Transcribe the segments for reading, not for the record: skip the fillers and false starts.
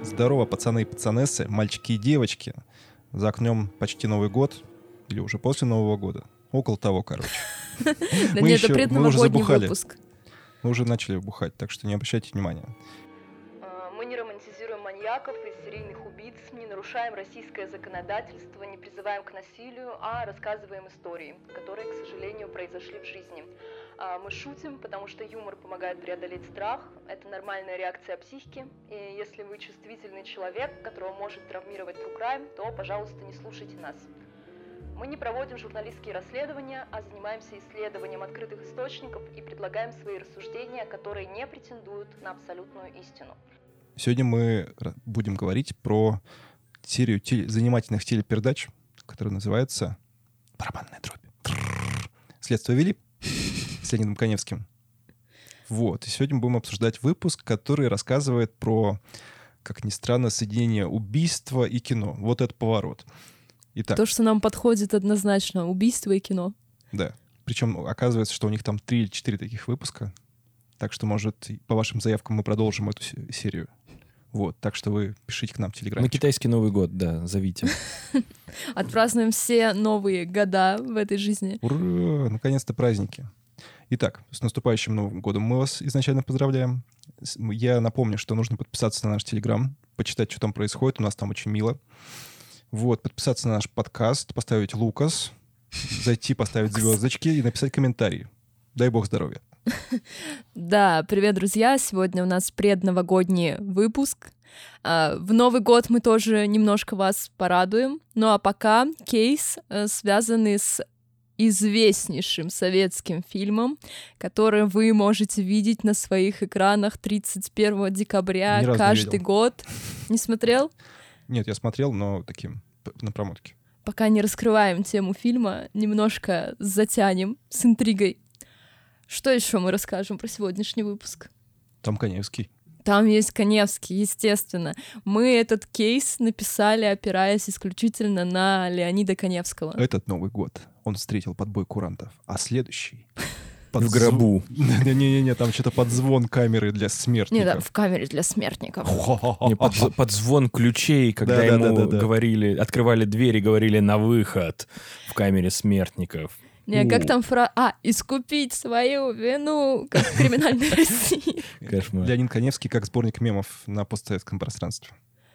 Здорово, пацаны и пацанессы, мальчики и девочки. За окном почти Новый год. Или уже после Нового года. Около того, короче. Да нет, это предновогодний выпуск. Мы уже начали бухать, так что не обращайте внимания. Мы не романтизируем маньяков и серийных убийц, не нарушаем российское законодательство, не призываем к насилию, а рассказываем истории, которые, к сожалению, произошли в жизни. Мы шутим, потому что юмор помогает преодолеть страх, это нормальная реакция психики, и если вы чувствительный человек, которого может травмировать true crime, то, пожалуйста, не слушайте нас. Мы не проводим журналистские расследования, а занимаемся исследованием открытых источников и предлагаем свои рассуждения, которые не претендуют на абсолютную истину. Сегодня мы будем говорить про серию занимательных телепередач, которая называется «Барабанная дробь». «Следствие вели» с Леонидом Каневским. Вот. И сегодня мы будем обсуждать выпуск, который рассказывает про, как ни странно, соединение убийства и кино. Вот это поворот. Итак, то, что нам подходит однозначно. Убийство и кино. Да. Причем оказывается, что у них там 3 или 4 таких выпуска. Так что, может, по вашим заявкам мы продолжим эту серию. Вот. Так что вы пишите к нам в Телеграме. На китайский Новый год, да, зовите. Отпразднуем все новые года в этой жизни. Ура! Наконец-то праздники. Итак, с наступающим Новым годом мы вас изначально поздравляем. Я напомню, что нужно подписаться на наш Телеграм, почитать, что там происходит. У нас там очень мило. Вот, подписаться на наш подкаст, поставить Лукас, зайти, поставить звездочки и написать комментарий. Дай бог здоровья. Да, привет, друзья. Сегодня у нас предновогодний выпуск. В Новый год мы тоже немножко вас порадуем. Ну а пока кейс, связанный с известнейшим советским фильмом, который вы можете видеть на своих экранах 31 декабря каждый год. Не смотрел? Нет, я смотрел, но таким, на промотке. Пока не раскрываем тему фильма, немножко затянем с интригой. Что еще мы расскажем про сегодняшний выпуск? Там Каневский. Там есть Каневский, естественно. Мы этот кейс написали, опираясь исключительно на Леонида Каневского. Этот Новый год он встретил под бой курантов, а следующий... В гробу. Не-не-не, там что-то под звон камеры для смертников. Нет, в камере для смертников. Под звон ключей, когда ему говорили, открывали дверь и говорили «на выход» в камере смертников. Не, как там искупить свою вину, как в криминальной России. Леонид Каневский как сборник мемов на постсоветском пространстве.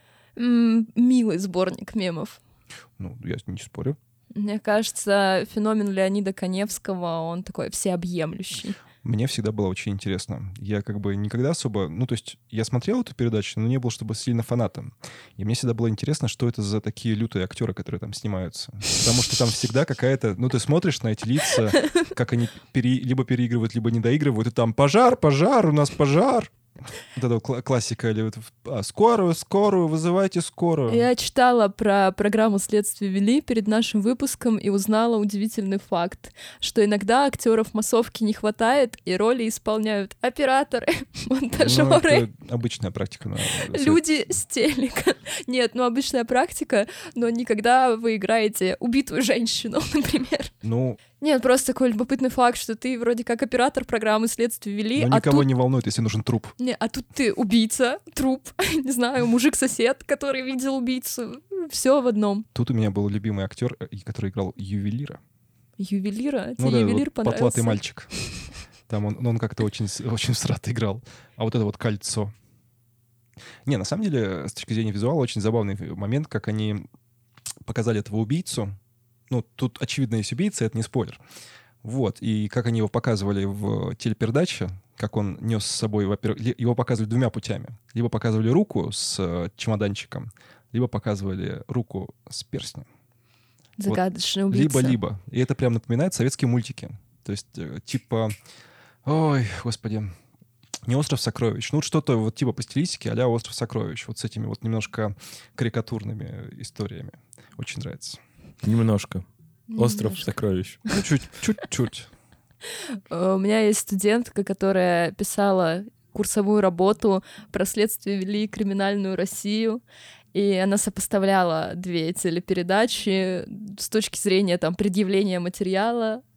Милый сборник мемов. Ну, я не спорю. Мне кажется, феномен Леонида Каневского, он такой всеобъемлющий. Мне всегда было очень интересно. Я как бы никогда особо... Ну, то есть я смотрел эту передачу, но не был чтобы сильно фанатом. И мне всегда было интересно, что это за такие лютые актеры, которые там снимаются. Потому что там всегда какая-то... Ну, ты смотришь на эти лица, как они либо переигрывают, либо не доигрывают, и там пожар, у нас пожар. Вот это вот классика. Или скорую, вызывайте скорую. Я читала про программу «Следствие вели» перед нашим выпуском и узнала удивительный факт, что иногда актеров массовки не хватает, и роли исполняют операторы, монтажеры. Это обычная практика. Люди с телека. Нет, обычная практика, но никогда вы играете убитую женщину, например. Нет, просто такой любопытный факт, что ты вроде как оператор программы «Следствие вели». Но никого не волнует, если нужен труп. А тут ты убийца, труп, не знаю, мужик-сосед, который видел убийцу. Все в одном. Тут у меня был любимый актер, который играл ювелира. Ювелира? Тебе ювелир понравился? Потлатый мальчик. Там он как-то очень всратый играл. А вот это вот кольцо. Не, на самом деле, с точки зрения визуала, очень забавный момент, как они показали этого убийцу. Ну, тут, очевидно, есть убийца, это не спойлер. Вот, и как они его показывали в телепередаче, как он нес с собой, во-первых, его показывали 2 путями. Либо показывали руку с чемоданчиком, либо показывали руку с перстнем. Загадочный убийца. Либо. И это прям напоминает советские мультики. То есть, типа... Ой, господи... Не «Остров сокровищ». Ну, что-то вот типа по стилистике а-ля «Остров сокровищ». Вот с этими вот немножко карикатурными историями. Очень нравится. Немножко. «Остров сокровищ». Ну, чуть-чуть. У меня есть студентка, которая писала курсовую работу про «Следствие вели» криминальную Россию. И она сопоставляла 2 телепередачи с точки зрения там предъявления материала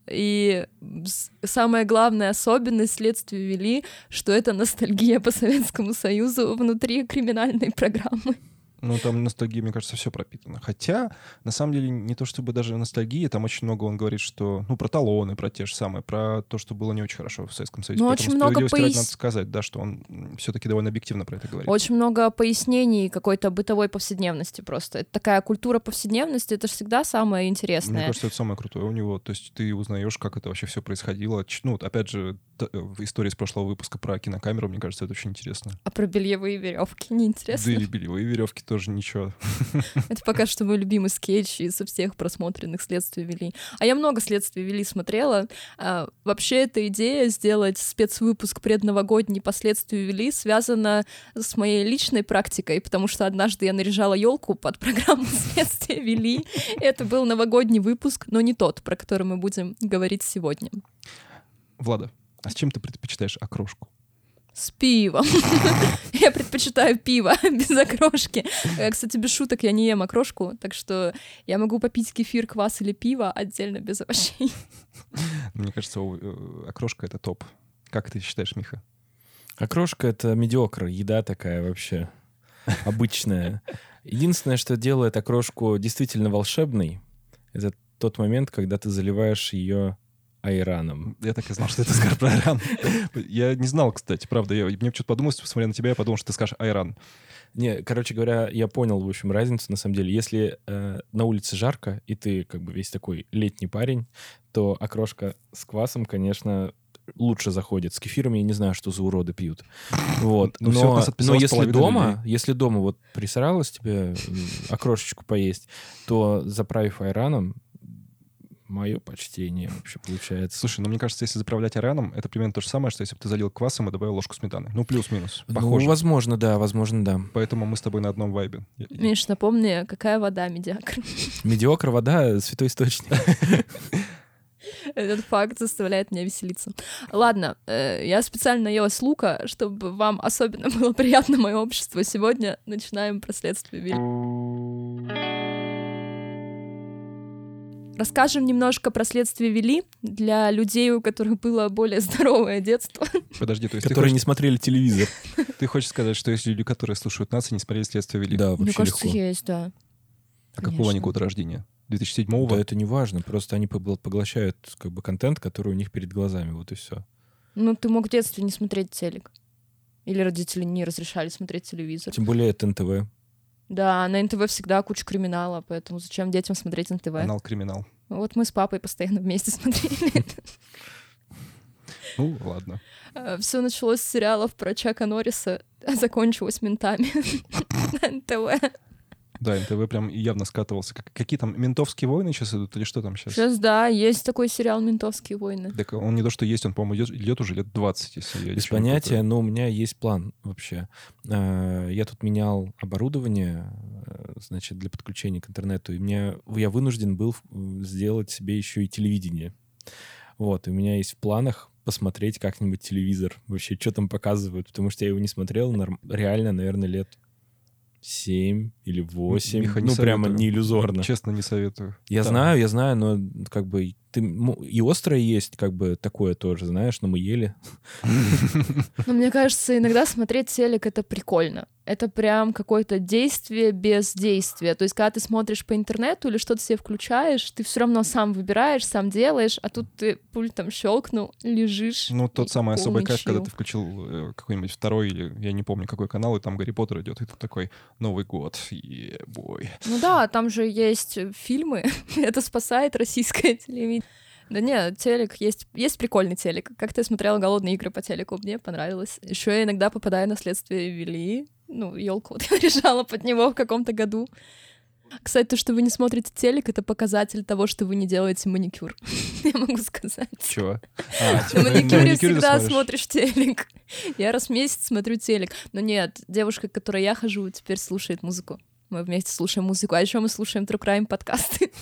И самая главная особенность «Следствие вели», что это ностальгия по Советскому Союзу внутри криминальной программы. Ну, там ностальгия, мне кажется, все пропитано. Хотя, на самом деле, не то чтобы даже ностальгия, там очень много он говорит, что... Ну, про талоны, про те же самые, про то, что было не очень хорошо в Советском Союзе. Ну, поэтому очень много надо сказать, да, что он все-таки довольно объективно про это говорит. Очень много пояснений какой-то бытовой повседневности просто. Это такая культура повседневности, это же всегда самое интересное. Мне кажется, это самое крутое у него. То есть ты узнаешь, как это вообще все происходило. Ну, опять же, в истории из прошлого выпуска про кинокамеру, мне кажется, это очень интересно. А про бельевые веревки неинтересно? Да и бельевые веревки тоже ничего. Это пока что мой любимый скетч из всех просмотренных «Следствие вели». А я много «Следствие вели» смотрела. Вообще эта идея сделать спецвыпуск предновогодний по «Следствию вели» связана с моей личной практикой, потому что однажды я наряжала елку под программу «Следствие вели». Это был новогодний выпуск, но не тот, про который мы будем говорить сегодня. Влада, а с чем ты предпочитаешь окрошку? С пивом. Я предпочитаю пиво без окрошки. Кстати, без шуток, я не ем окрошку, так что я могу попить кефир, квас или пиво отдельно без овощей. Мне кажется, окрошка — это топ. Как ты считаешь, Миха? Окрошка — это медиокр, еда такая вообще обычная. Единственное, что делает окрошку действительно волшебной, это тот момент, когда ты заливаешь ее айраном. Я так и знал, что ты скажешь про айран. Я не знал, кстати, правда. Мне что-то подумалось, посмотря на тебя, я подумал, что ты скажешь айран. Не, короче говоря, я понял, в общем, разницу, на самом деле. Если на улице жарко, и ты как бы весь такой летний парень, то окрошка с квасом, конечно, лучше заходит. С кефиром я не знаю, что за уроды пьют. Вот. Но если дома вот присралось тебе окрошечку поесть, то, заправив айраном, мое почтение вообще получается. Слушай, ну мне кажется, если заправлять айраном, это примерно то же самое, что если бы ты залил квасом и добавил ложку сметаны. Ну, плюс-минус. Похоже. Ну, возможно, да. Поэтому мы с тобой на одном вайбе. Миш, напомни, какая вода медиокр? Медиокр вода — святой источник. Этот факт заставляет меня веселиться. Ладно, я специально наелась лука, чтобы вам особенно было приятно мое общество. Сегодня начинаем про «Следствие вели». Расскажем немножко про «Следствие вели» для людей, у которых было более здоровое детство. Подожди, то есть которые не смотрели телевизор. Ты хочешь сказать, что есть люди, которые слушают нас и не смотрели «Следствие вели»? Да, вообще мне кажется, легко. есть, да. А какого они года рождения? 2007-го? Да, это не важно. Просто они поглощают как бы контент, который у них перед глазами. Вот и все. Ну, ты мог в детстве не смотреть телек. Или родители не разрешали смотреть телевизор. Тем более это НТВ. Да, на НТВ всегда куча криминала, поэтому зачем детям смотреть НТВ? Канал «Криминал». Вот мы с папой постоянно вместе смотрели. Ну, ладно. Все началось с сериалов про Чака Норриса, а закончилось ментами на НТВ. Да, НТВ прям явно скатывался. Какие там «Ментовские войны» сейчас идут или что там сейчас? Сейчас, да, есть такой сериал «Ментовские войны». Так он не то, что есть, он, по-моему, идет уже лет 20, если я Без понятия, но у меня есть план вообще. Я тут менял оборудование, значит, для подключения к интернету, и я вынужден был сделать себе еще и телевидение. Вот, и у меня есть в планах посмотреть как-нибудь телевизор, вообще, что там показывают, потому что я его не смотрел реально, наверное, лет 7 или 8. Миха, не ну, советую. Прямо не иллюзорно. Честно, не советую. Я знаю, но как бы и острое есть, как бы такое тоже, знаешь, но мы ели. Но мне кажется, иногда смотреть телек — это прикольно. Это прям какое-то действие без действия. То есть, когда ты смотришь по интернету или что-то себе включаешь, ты все равно сам выбираешь, сам делаешь, а тут ты пультом щелкнул, лежишь. Ну, тот самый особый кайф, когда чил. ты включил какой-нибудь второй, или я не помню, какой канал, и там Гарри Поттер идет, и ты такой: Новый год, бой. Ну да, там же есть фильмы. Это спасает российское телевидение. Да нет, телек есть прикольный телек. Как-то я смотрела «Голодные игры» по телеку, мне понравилось. Еще я иногда попадаю на «Следствие вели». Ну, елку вот я решала под него в каком-то году. Кстати, то, что вы не смотрите телек, это показатель того, что вы не делаете маникюр. Я могу сказать. Чего? На маникюре всегда смотришь телек. Я раз в месяц смотрю телек. Но нет, девушка, к которой я хожу, теперь слушает музыку. Мы вместе слушаем музыку. А еще мы слушаем True Crime подкасты.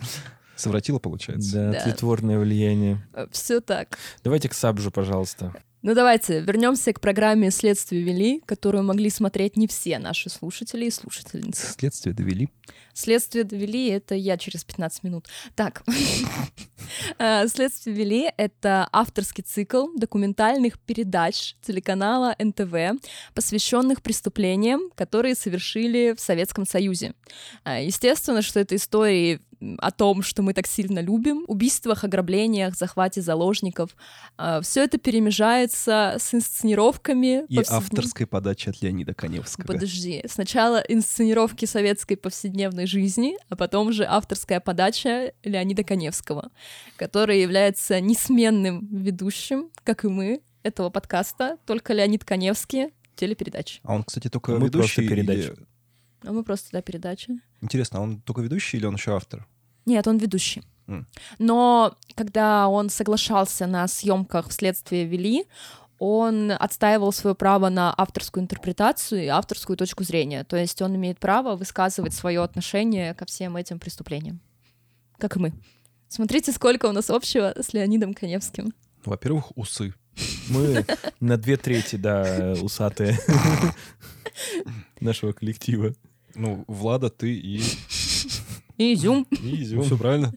Совратила, получается? Да, тлетворное влияние. Все так. Давайте к Сабжу, пожалуйста. Ну давайте вернемся к программе «Следствие вели», которую могли смотреть не все наши слушатели и слушательницы. Следствие довели. «Следствие довели» — это я через 15 минут. Так, «Следствие вели» — это авторский цикл документальных передач телеканала НТВ, посвященных преступлениям, которые совершили в Советском Союзе. Естественно, что это истории о том, что мы так сильно любим, убийствах, ограблениях, захвате заложников. Все это перемежается с инсценировками И авторской подачей от Леонида Каневского. Подожди. Сначала инсценировки советской повседневной жизни, а потом же авторская подача Леонида Каневского, который является несменным ведущим, как и мы, этого подкаста, только Леонид Каневский, телепередач. А он, кстати, только Мы ведущий просто передача. или... А мы просто, да, передача. Интересно, а он только ведущий или он еще автор? Нет, он ведущий. Но когда он соглашался на съемках в «Следствие вели», он отстаивал свое право на авторскую интерпретацию и авторскую точку зрения. То есть он имеет право высказывать свое отношение ко всем этим преступлениям. Как и мы. Смотрите, сколько у нас общего с Леонидом Каневским. Во-первых, усы. Мы на 2/3, да, усатые нашего коллектива. Ну, Влада, ты и... И изюм. И изюм. Все правильно?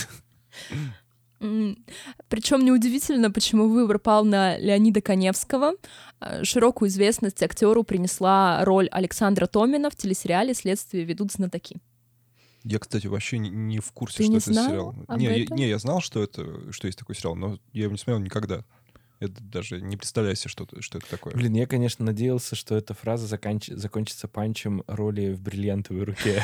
Причем неудивительно, почему выбор пал на Леонида Каневского. Широкую известность актеру принесла роль Александра Томина в телесериале «Следствие ведут знатоки». Я, кстати, вообще не в курсе, Ты что не это знал сериал. об Не, этом? я знал, что есть такой сериал, но я его не смотрел никогда. Я даже не представляю себе, что это такое. Блин, я, конечно, надеялся, что эта фраза закончится панчем роли в «Бриллиантовой руке».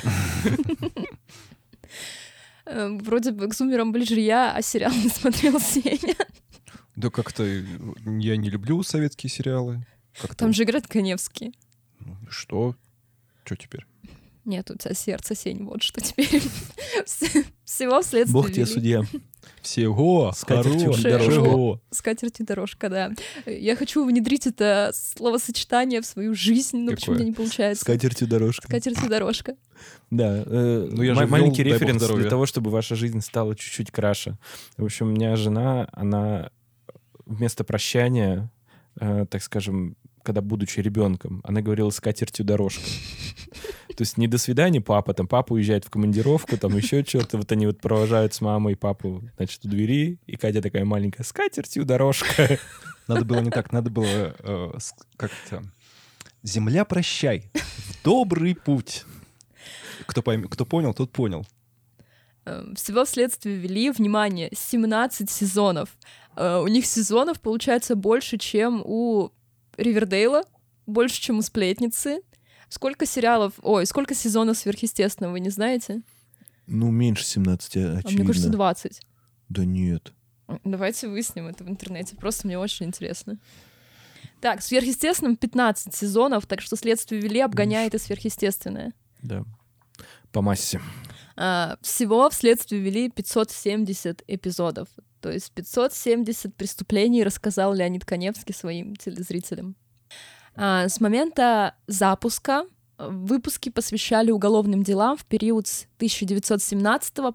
Вроде бы к «Зумерам ближе я», а сериал не смотрел Сеня. Да как-то я не люблю советские сериалы. Как-то... Там же играет Каневский. Ну, что? Что теперь? Нет, у тебя сердце, Сень, вот что теперь. Всего вследствие Бог тебе вели. судья. Всего Скатертью хорошего. дорожка. Скатертью дорожка, да. Я хочу внедрить это словосочетание в свою жизнь, но почему-то Какое? не получается. Скатертью дорожка. Скатертью дорожка. Да, я же маленький ввел, дай бог референс здоровья. для того, чтобы ваша жизнь стала чуть-чуть краше. В общем, у меня жена, она вместо прощания, так скажем, когда будучи ребенком, она говорила «скатертью дорожка». То есть не «до свидания, папа», там папа уезжает в командировку, там еще что-то, вот они вот провожают с мамой папу, значит, у двери, и Катя такая маленькая «скатертью дорожка». Надо было не так, надо было как-то... «Земля, прощай, в добрый путь». Кто понял, тот понял. Всего вследствие вели, внимание, 17 сезонов. У них сезонов получается больше, чем у Ривердейла, больше, чем у Сплетницы. Сколько сезонов «Сверхъестественного», вы не знаете? Ну, меньше 17, очевидно. А мне кажется, 20. Да нет. Давайте выясним это в интернете, просто мне очень интересно. Так, в «Сверхъестественном» 15 сезонов, так что «Следствие вели» обгоняет и «Сверхъестественное». Да. По массе. Всего в «Следствие вели» 570 эпизодов. То есть 570 преступлений рассказал Леонид Каневский своим телезрителям. С момента запуска выпуски посвящали уголовным делам в период с 1917 по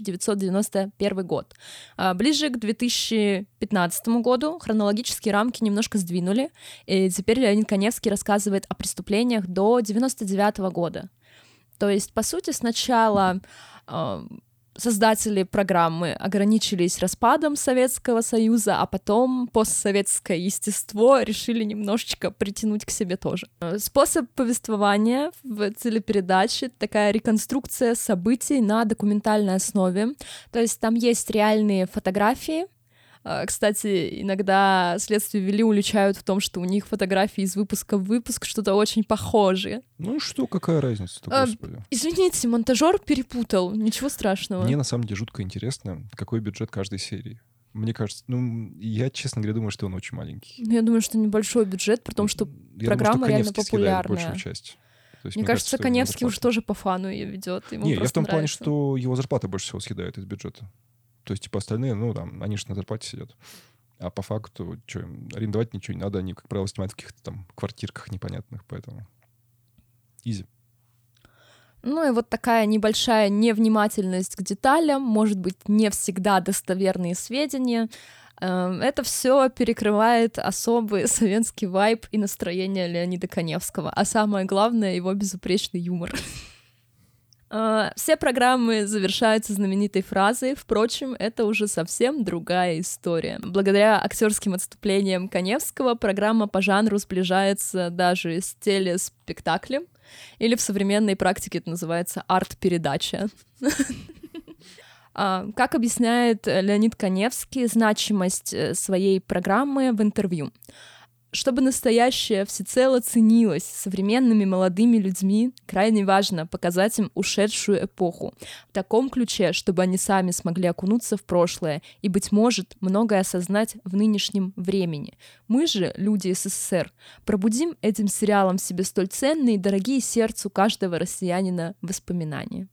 1991 год. Ближе к 2015 году хронологические рамки немножко сдвинули, и теперь Леонид Каневский рассказывает о преступлениях до 1999 года. То есть, по сути, сначала создатели программы ограничились распадом Советского Союза, а потом постсоветское естество решили немножечко притянуть к себе тоже. Способ повествования в телепередаче — такая реконструкция событий на документальной основе. То есть там есть реальные фотографии. Кстати, иногда «Следствие вели» уличают в том, что у них фотографии из выпуска в выпуск что-то очень похожее. Ну что, какая разница-то, господи. Извините, монтажер перепутал, ничего страшного. Мне на самом деле жутко интересно, какой бюджет каждой серии. Мне кажется, я, честно говоря, думаю, что он очень маленький. Я думаю, что небольшой бюджет, при том, что Я программа думаю, что реально Каневский съедает популярная. большую часть. То есть, Мне кажется, что Каневский его уж зарплата- тоже по фану ее ведет. Ему Не, я в просто том плане, нравится. что его зарплата больше всего съедает из бюджета. То есть, типа, остальные, они же на зарплате сидят. А по факту, что им арендовать ничего не надо, они, как правило, снимают в каких-то там квартирках непонятных, поэтому изи. Ну и вот такая небольшая невнимательность к деталям, может быть, не всегда достоверные сведения. Это все перекрывает особый советский вайб и настроение Леонида Каневского, а самое главное — его безупречный юмор. Все программы завершаются знаменитой фразой. Впрочем, это уже совсем другая история. Благодаря актерским отступлениям Каневского программа по жанру сближается даже с телеспектаклем, или в современной практике это называется арт-передача. Как объясняет Леонид Каневский значимость своей программы в интервью? Чтобы настоящее всецело ценилось современными молодыми людьми, крайне важно показать им ушедшую эпоху в таком ключе, чтобы они сами смогли окунуться в прошлое и, быть может, многое осознать в нынешнем времени. Мы же, люди СССР, пробудим этим сериалом в себе столь ценные и дорогие сердцу каждого россиянина воспоминания.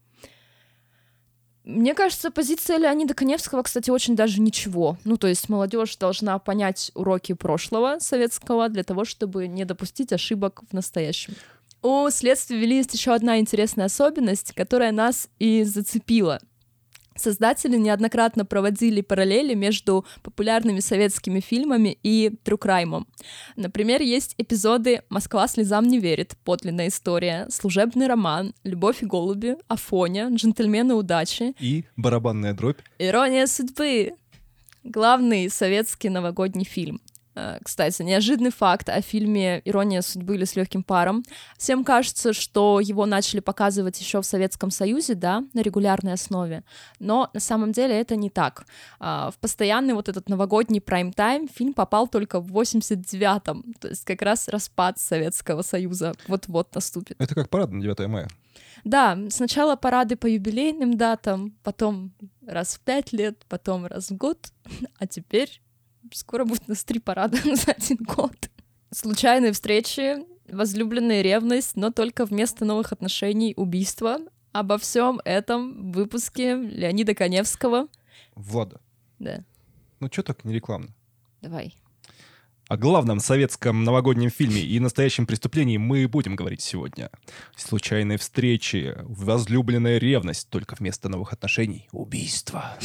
Мне кажется, позиция Леонида Каневского, кстати, очень даже ничего. Ну, то есть молодежь должна понять уроки прошлого советского для того, чтобы не допустить ошибок в настоящем. У «Следствия вели» есть еще одна интересная особенность, которая нас и зацепила. Создатели неоднократно проводили параллели между популярными советскими фильмами и true crime. Например, есть эпизоды «Москва слезам не верит», «Подлинная история», «Служебный роман», «Любовь и голуби», «Афоня», «Джентльмены удачи» и «Барабанная дробь». «Ирония судьбы». Главный советский новогодний фильм. Кстати, неожиданный факт о фильме «Ирония судьбы» или «С легким паром». Всем кажется, что его начали показывать еще в Советском Союзе, да, на регулярной основе, но на самом деле это не так. В постоянный вот этот новогодний прайм-тайм фильм попал только в 89-м, то есть как раз распад Советского Союза вот-вот наступит. Это как парад на 9 мая. Да, сначала парады по юбилейным датам, потом раз в 5 лет, потом раз в год, а теперь... Скоро будет у нас 3 парада за 1 год. Случайные встречи, возлюбленная ревность, но только вместо новых отношений убийство. Обо всем этом в выпуске Леонида Каневского. Влада. Да. Ну, что так не рекламно? Давай. О главном советском новогоднем фильме и настоящем преступлении мы будем говорить сегодня. Случайные встречи, возлюбленная ревность, только вместо новых отношений — убийство.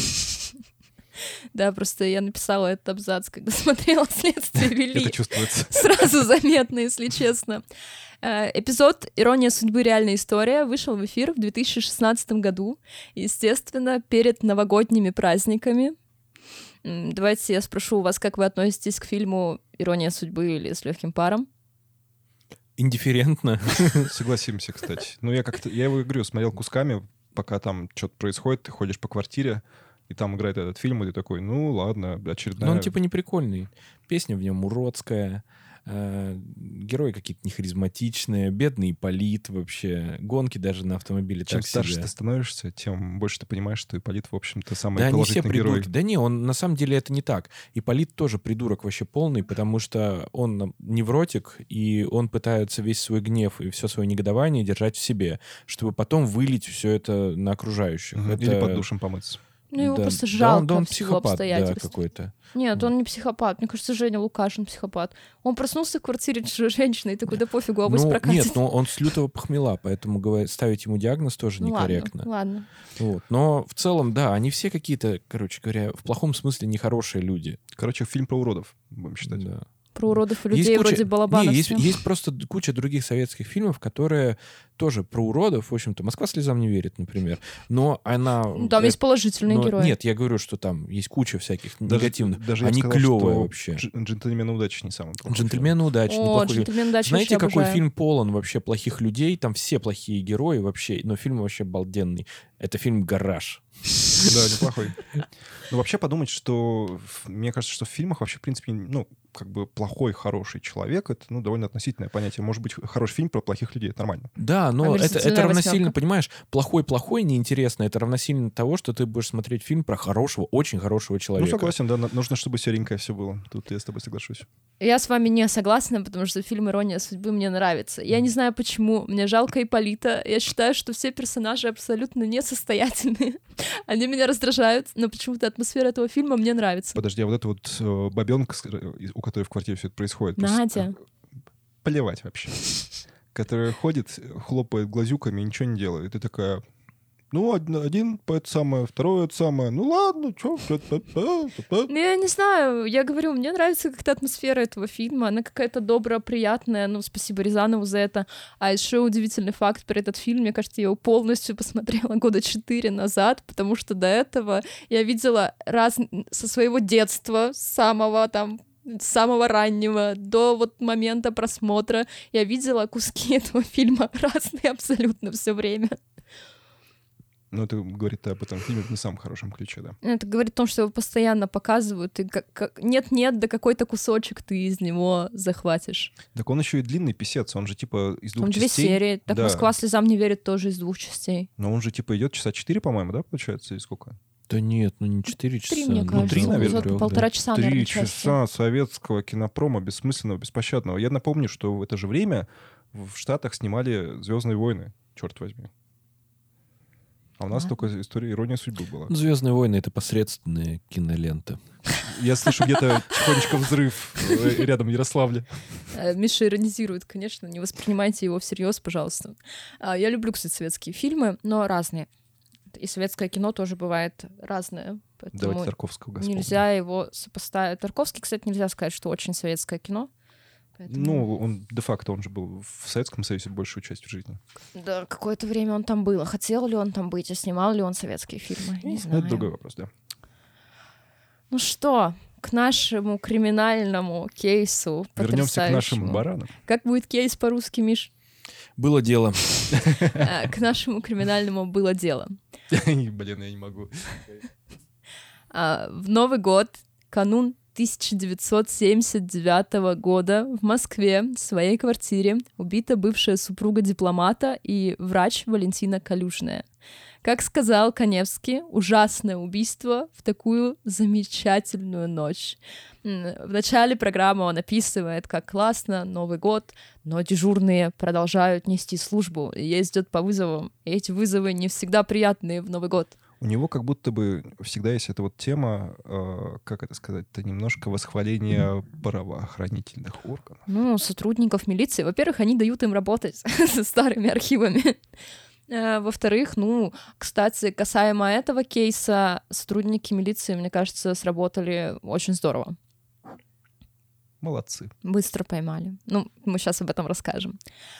Да, просто я написала этот абзац, когда смотрела «Следствие вели». Это чувствуется. Сразу заметно, если честно. Эпизод «Ирония судьбы. Реальная история» вышел в эфир в 2016 году, естественно, перед новогодними праздниками. Давайте я спрошу у вас, как вы относитесь к фильму «Ирония судьбы» или «С легким паром»? Индифферентно. Согласимся, кстати. Ну, я его, говорю, смотрел кусками, пока там что-то происходит, ты ходишь по квартире, и там играет этот фильм, и ты такой, ну ладно, очередная... Но он типа не прикольный. Песня в нем уродская, герои какие-то нехаризматичные, бедный Ипполит вообще, гонки даже на автомобиле Чем так старше себе. ты становишься, тем больше ты понимаешь, что Ипполит, в общем-то, самый Да, они все положительный герой. придурки. Да не, он на самом деле это не так. Ипполит тоже придурок вообще полный, потому что он невротик, и он пытается весь свой гнев и все свое негодование держать в себе, чтобы потом вылить все это на окружающих. Это... Или под душем помыться. Ну, его Да, просто да, жалко он в силу психопат, да, обстоятельств. какой-то. Нет, он не психопат. Мне кажется, Женя Лукашин психопат. Он проснулся в квартире чужой женщины и такой, да пофигу, авось прокатит. Нет, но он с лютого похмела, поэтому ставить ему диагноз тоже некорректно. Ладно. Вот. Но в целом, да, они все какие-то, короче говоря, в плохом смысле нехорошие люди. Короче, фильм про уродов, будем считать. Да. Про уродов и людей вроде Балабанова. Есть просто куча других советских фильмов, которые тоже про уродов. В общем-то, «Москва слезам не верит», например. Но она... Там есть положительные герои. Нет, я говорю, что там есть куча всяких негативных. Даже они я бы сказал, клевые что вообще. «Джентльмены удачи» не самый плохой фильм. «Джентльмены удачи». О, «Джентльмены удачи» Знаете, вообще какой обожаю. фильм полон вообще плохих людей? Там все плохие герои вообще, но фильм вообще обалденный. Это фильм «Гараж». Да, неплохой. Ну, вообще подумать, что... Мне кажется, что в фильмах вообще, в принципе, ну, как бы плохой, хороший человек — это, ну, довольно относительное понятие. Может быть, хороший фильм про плохих людей — это нормально. Да, но это «Омерзительная равносильно, восьмерка». понимаешь, плохой-плохой неинтересно. Это равносильно того, что ты будешь смотреть фильм про хорошего, очень хорошего человека. Ну, согласен, да. Нужно, чтобы серенькое все было. Тут я с тобой соглашусь. Я с вами не согласна, потому что фильм «Ирония судьбы» мне нравится. Я не знаю почему. Мне жалко Ипполита. Я считаю, что все персонажи абсолютно несостоятельные. Они меня раздражают, но почему-то атмосфера этого фильма мне нравится. Подожди, а вот эта вот бабенка, у которой в квартире все это происходит... Надя. Плевать вообще. Которая ходит, хлопает глазюками и ничего не делает. И ты такая... Ну, один это самое, второй это самое. Ну ладно, чё. Ну, я не знаю, я говорю, мне нравится как-то атмосфера этого фильма, она какая-то добрая, приятная, ну, спасибо Рязанову за это. А еще удивительный факт про этот фильм, мне кажется, я его полностью посмотрела года 4 назад, потому что до этого я видела со своего детства, с самого раннего до вот момента просмотра, я видела куски этого фильма разные абсолютно все время. Ну, это говорит об этом фильме в не самом хорошем ключе, да. Это говорит о том, что его постоянно показывают, и нет-нет, да какой-то кусочек ты из него захватишь. Так он еще и длинный писец, он же типа из двух Там частей. 2 серии. Так да. «Москва слезам не верит» тоже из 2 частей. Но он же типа идет часа 4, по-моему, да, получается, или сколько? Да нет, ну не 4 часа. 3, мне ну, кажется. 3, наверное. Эпизод по 1,5 часа, 3 наверное, часа советского кинопрома, бессмысленного, беспощадного. Я напомню, что в это же время в Штатах снимали «Звездные войны», черт возьми. А у нас только история «Ирония судьбы» была. «Звездные войны» — это посредственная кинолента. Я слышу где-то тихонечко взрыв рядом в Ярославле. Миша иронизирует, конечно, не воспринимайте его всерьез, пожалуйста. Я люблю, кстати, советские фильмы, но разные. И советское кино тоже бывает разное. Давайте Тарковского вспомним. Нельзя его сопоставить. Тарковский, кстати, нельзя сказать, что очень советское кино. Поэтому... Ну, он де-факто, он же был в Советском Союзе большую часть жизни. Да, какое-то время он там был. А хотел ли он там быть, а снимал ли он советские фильмы? Не знаю. Это другой вопрос, да. Ну что, к нашему криминальному кейсу Вернемся к нашим баранам. Как будет кейс по-русски, Миш? Было дело. К нашему криминальному было дело. Блин, я не могу. В Новый год, канун 1979 года, в Москве, в своей квартире, убита бывшая супруга дипломата и врач Валентина Калюжная. Как сказал Каневский, ужасное убийство в такую замечательную ночь. В начале программы он описывает, как классно, Новый год, но дежурные продолжают нести службу, ездят по вызовам, и эти вызовы не всегда приятные в Новый год. У него как будто бы всегда есть эта вот тема, как это сказать, это немножко восхваление правоохранительных органов. Ну, сотрудников милиции, во-первых, они дают им работать со старыми архивами. Во-вторых, ну, кстати, касаемо этого кейса, сотрудники милиции, мне кажется, сработали очень здорово. Молодцы. Быстро поймали. Ну, мы сейчас об этом расскажем.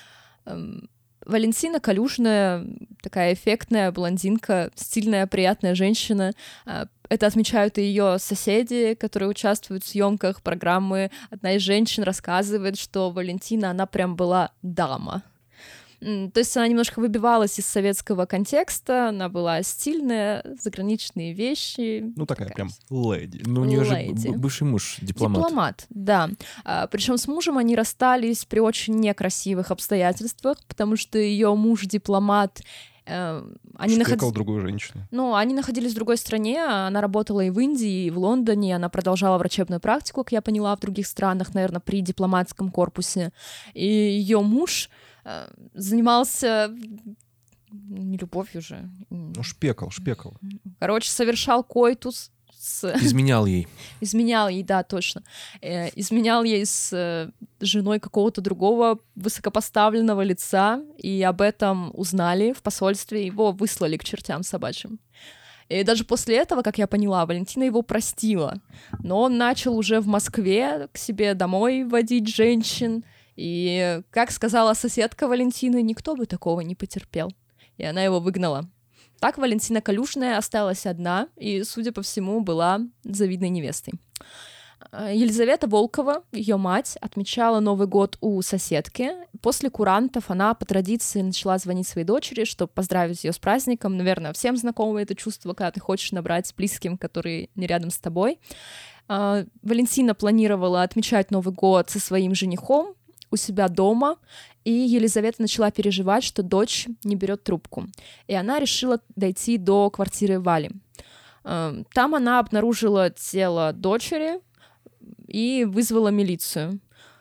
Валентина Калюжная, такая эффектная блондинка, стильная, приятная женщина. Это отмечают и ее соседи, которые участвуют в съемках программы. Одна из женщин рассказывает, что Валентина, она прям была дама. То есть она немножко выбивалась из советского контекста, она была стильная, заграничные вещи. Ну, такая прям леди. Ну, у нее же бывший муж дипломат. Дипломат, да. Причем с мужем они расстались при очень некрасивых обстоятельствах, потому что ее муж дипломат. Шпекал другую женщину. Ну, они находились в другой стране, она работала и в Индии, и в Лондоне, она продолжала врачебную практику, как я поняла, в других странах, наверное, при дипломатском корпусе. И ее муж занимался не любовью же. Ну, шпекал. Короче, совершал койтус Изменял ей. Изменял ей, да, точно. Изменял ей с женой какого-то другого высокопоставленного лица, и об этом узнали в посольстве, его выслали к чертям собачьим. И даже после этого, как я поняла, Валентина его простила. Но он начал уже в Москве к себе домой водить женщин, и, как сказала соседка Валентины, никто бы такого не потерпел. И она его выгнала. Так Валентина Калюжная осталась одна и, судя по всему, была завидной невестой. Елизавета Волкова, ее мать, отмечала Новый год у соседки. После курантов она по традиции начала звонить своей дочери, чтобы поздравить ее с праздником. Наверное, всем знакомо это чувство, когда ты хочешь набрать с близким, который не рядом с тобой. Валентина планировала отмечать Новый год со своим женихом у себя дома, и Елизавета начала переживать, что дочь не берет трубку. И она решила дойти до квартиры Вали. Там она обнаружила тело дочери и вызвала милицию.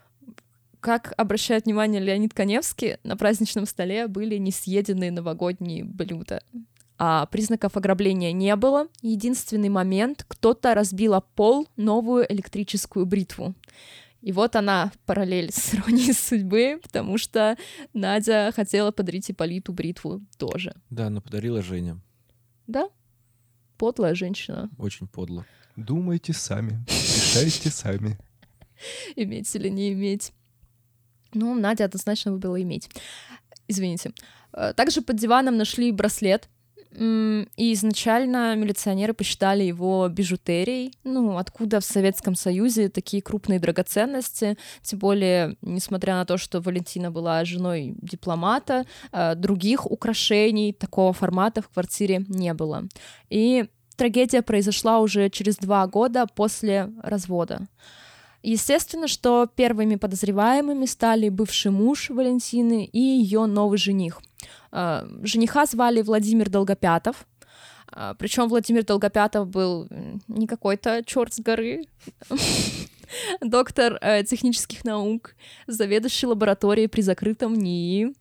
Как обращает внимание Леонид Каневский, на праздничном столе были несъеденные новогодние блюда. А признаков ограбления не было. Единственный момент — кто-то разбил об пол новую электрическую бритву. И вот она, параллель с иронией судьбы, потому что Надя хотела подарить Ипполиту бритву тоже. Да, она подарила Жене. Да? Подлая женщина. Очень подло. Думайте сами, решайте сами. Иметь или не иметь. Ну, Надя однозначно выбрала иметь. Извините. Также под диваном нашли браслет. И изначально милиционеры посчитали его бижутерией. Ну, откуда в Советском Союзе такие крупные драгоценности? Тем более, несмотря на то, что Валентина была женой дипломата, других украшений такого формата в квартире не было. И трагедия произошла уже через 2 года после развода. Естественно, что первыми подозреваемыми стали бывший муж Валентины и ее новый жених. Жениха звали Владимир Долгопятов. Причем Владимир Долгопятов был не какой-то черт с горы, доктор технических наук, заведующий лабораторией при закрытом НИИ.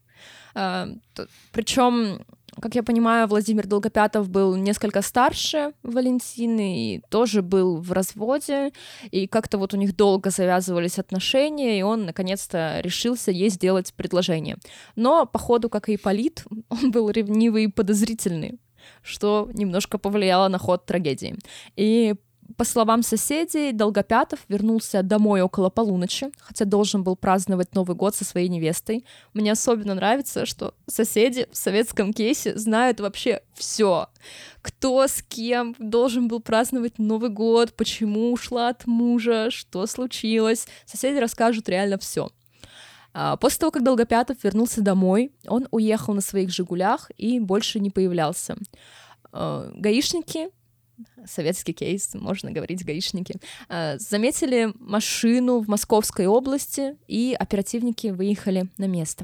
Причем, как я понимаю, Владимир Долгопятов был несколько старше Валентины и тоже был в разводе, и как-то вот у них долго завязывались отношения, и он наконец-то решился ей сделать предложение. Но, походу, как и Ипполит, он был ревнивый и подозрительный, что немножко повлияло на ход трагедии. И по словам соседей, Долгопятов вернулся домой около полуночи, хотя должен был праздновать Новый год со своей невестой. Мне особенно нравится, что соседи в советском кейсе знают вообще все. Кто с кем должен был праздновать Новый год, почему ушла от мужа, что случилось. Соседи расскажут реально все. После того, как Долгопятов вернулся домой, он уехал на своих «Жигулях» и больше не появлялся. Гаишники, советский кейс, можно говорить гаишники, заметили машину в Московской области, и оперативники выехали на место.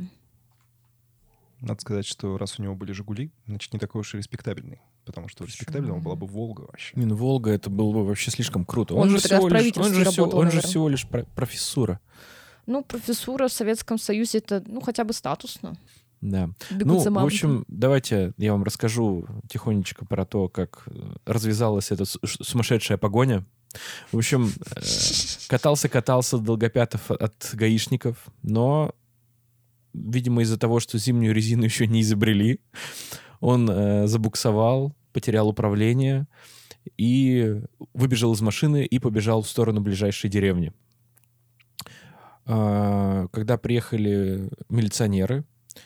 Надо сказать, что раз у него были «Жигули», значит, не такой уж и респектабельный. Потому что респектабельного была бы «Волга» вообще. Не, ну «Волга» это было бы вообще слишком круто. Он же тогда в правительстве работал, он же всего лишь профессура. Ну, профессура в Советском Союзе — это, ну, хотя бы статусно. Да. Бегут за В мамой. общем, давайте я вам расскажу тихонечко про то, как развязалась эта сумасшедшая погоня. В общем, катался Долгопятов от гаишников, но, видимо, из-за того, что зимнюю резину еще не изобрели, он забуксовал, потерял управление и выбежал из машины и побежал в сторону ближайшей деревни. Когда приехали милиционеры,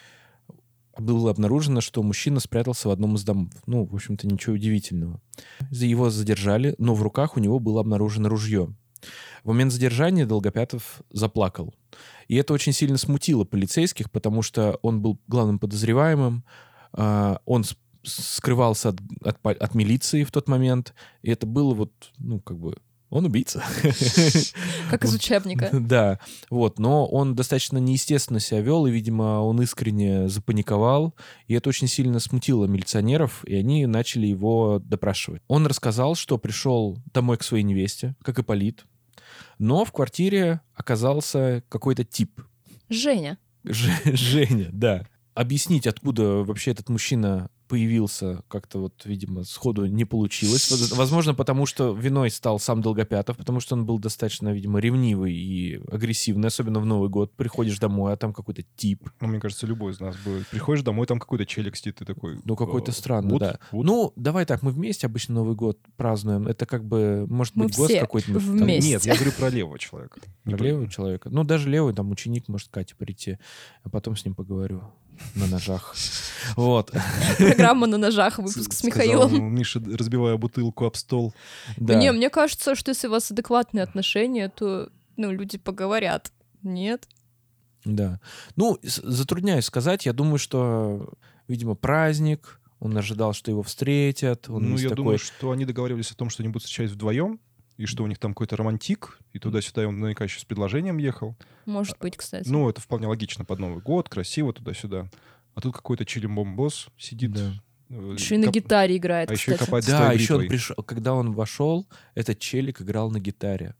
было обнаружено, что мужчина спрятался в одном из домов. Ну, в общем-то, ничего удивительного. Его задержали, но в руках у него было обнаружено ружье. В момент задержания Долгопятов заплакал. И это очень сильно смутило полицейских, потому что он был главным подозреваемым, он скрывался от милиции в тот момент, и это было вот, ну, как бы... Он убийца. Как из учебника. Да, вот, но он достаточно неестественно себя вел, и, видимо, он искренне запаниковал, и это очень сильно смутило милиционеров, и они начали его допрашивать. Он рассказал, что пришел домой к своей невесте, как Ипполит, но в квартире оказался какой-то тип. Женя. Женя, да. Объяснить, откуда вообще этот мужчина появился, как-то вот, видимо, сходу не получилось. Возможно, потому что виной стал сам Долгопятов, потому что он был достаточно, видимо, ревнивый и агрессивный, особенно в Новый год. Приходишь домой, а там какой-то тип. Ну, мне кажется, любой из нас будет. Приходишь домой, там какой-то челик сидит, ты такой... Ну, какой-то странный, вот, да. Вот. Ну, давай так, мы вместе обычно Новый год празднуем. Это как бы, может Мы быть, гость все какой-то. вместе. Нет, я говорю про левого человека. Про левого человека. Ну, даже левый, там, ученик может к Кате прийти, а потом с ним поговорю на ножах. Вот. Программа «На ножах», выпуск с Михаилом. Сказал Миша, разбивая бутылку об стол. Да. Не, мне кажется, что если у вас адекватные отношения, то, ну, люди поговорят. Нет? Да. Ну, затрудняюсь сказать. Я думаю, что, видимо, праздник. Он ожидал, что его встретят. Он Ну, весь я такой... думаю, что они договаривались о том, что они будут встречать вдвоем, и что у них там какой-то романтик, и туда-сюда, и он наверняка еще с предложением ехал. Может быть, кстати. Ну, это вполне логично под Новый год, красиво туда-сюда. А тут какой-то чилимбомбос сидит. Да. Еще и на гитаре играет, А еще и кстати. копает с Да, твоей еще он бритвой. пришел, когда он вошел, этот челик играл на гитаре.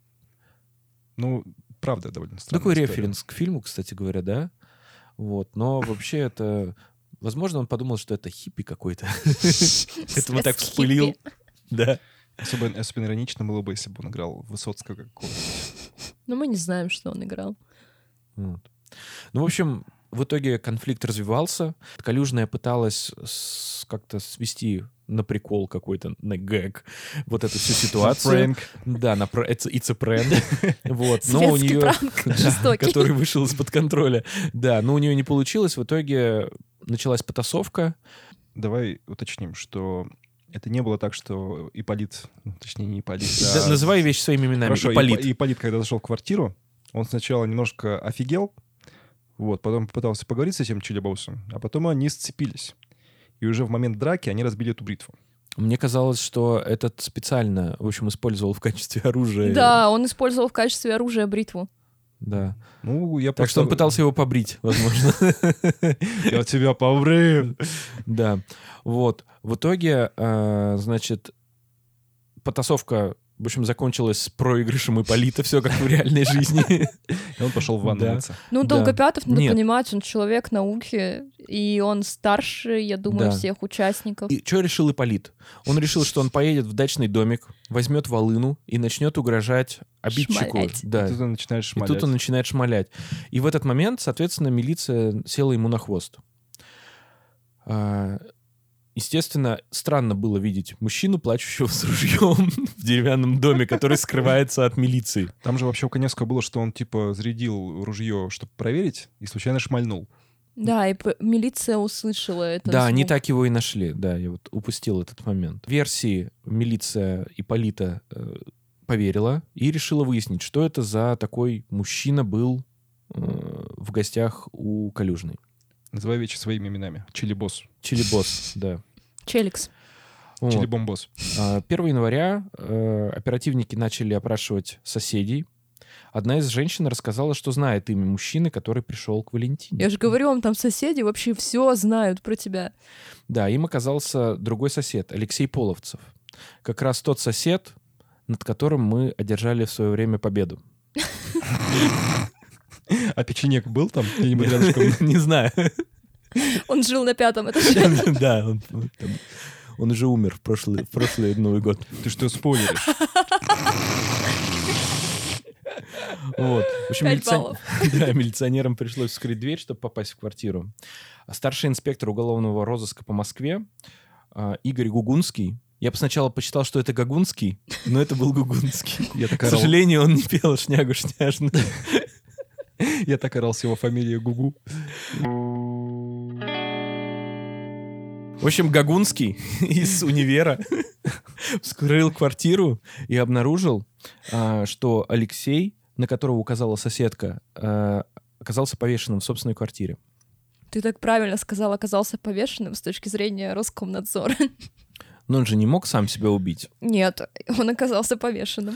Ну, правда, довольно странно. Такой референс к фильму, кстати говоря, да? Вот. Но вообще это... Возможно, он подумал, что это хиппи какой-то. Это вот так вспылил. Да. Особенно иронично было бы, если бы он играл Высоцкого какого-то. Но мы не знаем, что он играл. Вот. Ну, в общем, в итоге конфликт развивался. Калюжная пыталась как-то свести на прикол какой-то, на гэг, вот эту всю ситуацию. Да, it's a prank. Вот. Но у Светский нее, пранк, жестокий. который вышел из-под контроля. Да, но у нее не получилось. В итоге началась потасовка. Давай уточним, что это не было так, что Ипполит, точнее не Ипполит, Да, называй вещи своими именами. Хорошо, Ипполит. Ипполит, когда зашел в квартиру, он сначала немножко офигел, вот, потом попытался поговорить с этим чилибосом, а потом они сцепились. И уже в момент драки они разбили эту бритву. Мне казалось, что этот специально, в общем, использовал в качестве оружия. Да, он использовал в качестве оружия бритву. Да. Ну, я Так что он пытался его побрить, возможно. Я тебя побрил. Да. Вот. В итоге, значит, потасовка, в общем, закончилась с проигрышем Ипполита, все как в реальной жизни. И он пошел в ванну Да. мыться. Ну, Да. Долгопятов, надо Нет. понимать, он человек науки, и он старше, я думаю, Да. всех участников. И что решил Ипполит? Он решил, что он поедет в дачный домик, возьмет волыну и начнет угрожать обидчику. Шмалять. Да. И тут он начинает И шмалять. тут он начинает шмалять. И в этот момент, соответственно, милиция села ему на хвост. Естественно, странно было видеть мужчину, плачущего с ружьем в деревянном доме, который скрывается от милиции. Там же вообще у Коневского было, что он типа зарядил ружье, чтобы проверить, и случайно шмальнул. Да, и милиция услышала это. Да, они так его и нашли. Да, я вот упустил этот момент. В версии милиция Ипполита поверила и решила выяснить, что это за такой мужчина был в гостях у Калюжной. Называй вещи своими именами. Чилибос. Чилибос, да. Челикс. Вот. Чилибомбос. 1 января оперативники начали опрашивать соседей. Одна из женщин рассказала, что знает имя мужчины, который пришел к Валентине. Я же говорю вам, там соседи вообще все знают про тебя. Да, им оказался другой сосед, Алексей Половцев. Как раз тот сосед, над которым мы одержали в свое время победу. А печенек был там где-нибудь рядышком? Не знаю. Он жил на 5-м этаже. Да, он уже умер в прошлый Новый год. Ты что, спойлеришь? Вот. В общем, 5 баллов. да, милиционерам пришлось вскрыть дверь, чтобы попасть в квартиру. А старший инспектор уголовного розыска по Москве Игорь Гугунский. Я сначала посчитал, что это Гагунский, но это был Гугунский. Я так К орал. сожалению, он не пел шнягу шняжную. Я так орал с его фамилией Гугу. В общем, Гагунский из универа вскрыл квартиру и обнаружил, что Алексей, на которого указала соседка, оказался повешенным в собственной квартире. Ты так правильно сказал, оказался повешенным с точки зрения Роскомнадзора. Но он же не мог сам себя убить. Нет, он оказался повешенным.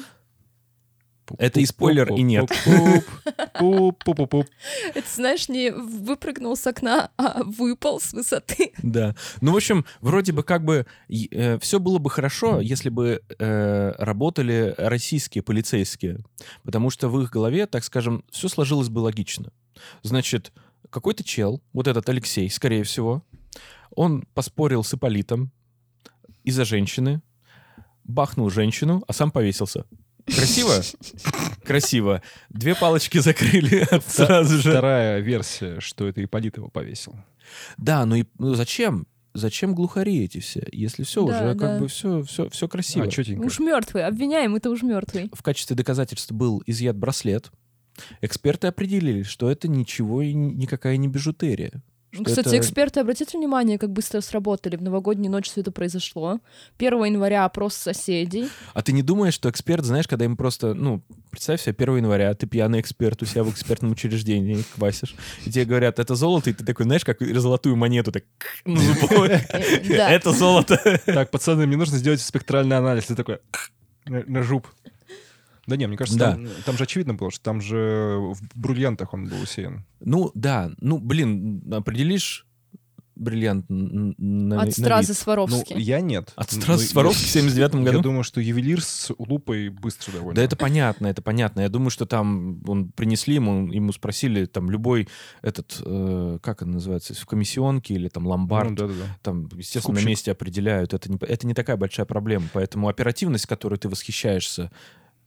Это и спойлер, и нет. Пуп-пуп-пуп. Это, знаешь, не выпрыгнул с окна, а выпал с высоты. Да. Ну, в общем, вроде бы как бы все было бы хорошо, если бы работали российские полицейские. Потому что в их голове, так скажем, все сложилось бы логично. Значит, какой-то чел, вот этот Алексей, скорее всего, он поспорил с Ипполитом из-за женщины, бахнул женщину, а сам повесился. Красиво? Красиво. 2 палочки закрыли сразу же. Вторая версия, что это Ипполит его повесил. Да, ну зачем? Зачем глухари эти все, если все Да, уже да. как бы все красиво? А, чётенько. Уж мертвый, обвиняемый-то уж мертвый. В качестве доказательства был изъят браслет. Эксперты определили, что это ничего и никакая не бижутерия. Что Кстати, это- эксперты, обратите внимание, как быстро сработали. В новогоднюю ночь все это произошло. 1 января опрос соседей. А ты не думаешь, что эксперт, знаешь, когда ему просто, представь себе, 1 января, ты пьяный эксперт у себя в экспертном учреждении квасишь, и тебе говорят, это золото, и ты такой, знаешь, как золотую монету, так на зубой. Да. Это золото. Так, пацаны, мне нужно сделать спектральный анализ. Ты такой на жуп. Да не, мне кажется, Да. там же очевидно было, что там же в бриллиантах он был усеян. Ну, да. Ну, блин, определишь бриллиант От Стразы Ну, Сваровски. я нет. От Ну, Стразы Сваровски в 79-м Я году? думаю, что ювелир с лупой быстро довольно. Да, это понятно, это понятно. Я думаю, что там принесли ему спросили, там, любой этот, как он называется, в комиссионке или там ломбард, Ну, да-да-да. там, естественно, на Скупщик. месте определяют. Это не такая большая проблема. Поэтому оперативность, которой ты восхищаешься,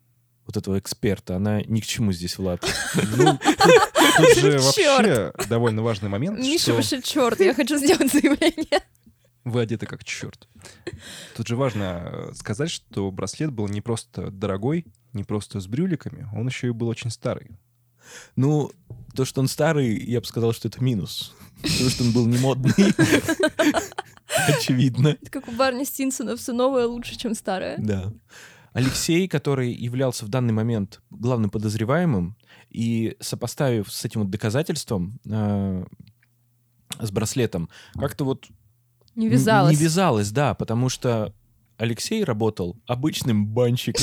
вот этого эксперта, она ни к чему здесь, Влад. Ну, тут же Чёрт. вообще довольно важный момент, Миша что вообще черт, я хочу сделать заявление. вы одеты как черт. Тут же важно сказать, что браслет был не просто дорогой, не просто с брюликами, он еще и был очень старый. Ну, то, что он старый, я бы сказал, что это минус. Потому что он был не модный. Очевидно. Это как у Барни Стинсона, все новое лучше, чем старое. Да. Алексей, который являлся в данный момент главным подозреваемым, и сопоставив с этим вот доказательством, с браслетом, как-то вот Не вязалось. Не вязалось, да, потому что Алексей работал обычным банщиком.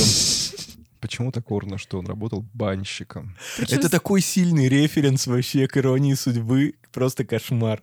Почему так орно, что он работал банщиком? Причем Это такой сильный референс вообще к иронии судьбы, просто кошмар.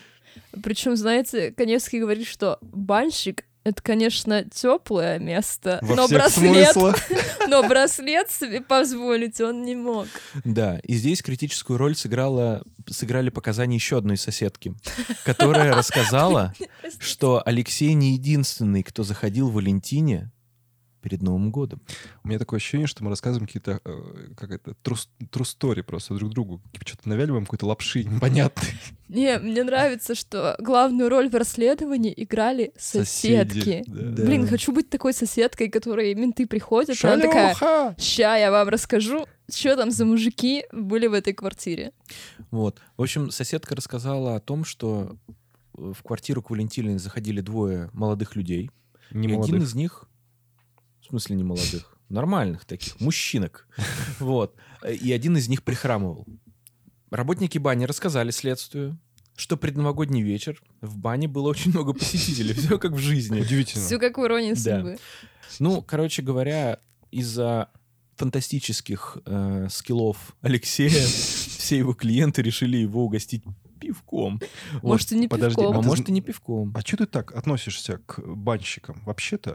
Причем, знаете, Каневский говорит, что банщик — это, конечно, теплое место, Во но всех браслет, смыслах. но браслет себе позволить он не мог. Да, и здесь критическую роль сыграли показания еще одной соседки, которая рассказала, что Алексей не единственный, кто заходил в Валентине перед Новым годом. У меня такое ощущение, что мы рассказываем какие-то, как это, true story просто друг другу. Что-то навяливаем какой-то лапши непонятной. Не, мне нравится, что главную роль в расследовании играли соседки. Да. Блин, хочу быть такой соседкой, которой менты приходят, и она такая: Шалёха! ща я вам расскажу, что там за мужики были в этой квартире. Вот. В общем, соседка рассказала о том, что в квартиру к Валентине заходили двое молодых людей. Не И один молодых. из них, в смысле не молодых, нормальных таких, мужчинок, вот, и один из них прихрамывал. Работники бани рассказали следствию, что предновогодний вечер в бане было очень много посетителей, все как в жизни. Удивительно. Все как в иронии Да. судьбы. Ну, короче говоря, из-за фантастических скиллов Алексея все его клиенты решили его угостить пивком. Вот. Может, и не подожди, пивком. А ты может, и не пивком. А что ты так относишься к банщикам? Вообще-то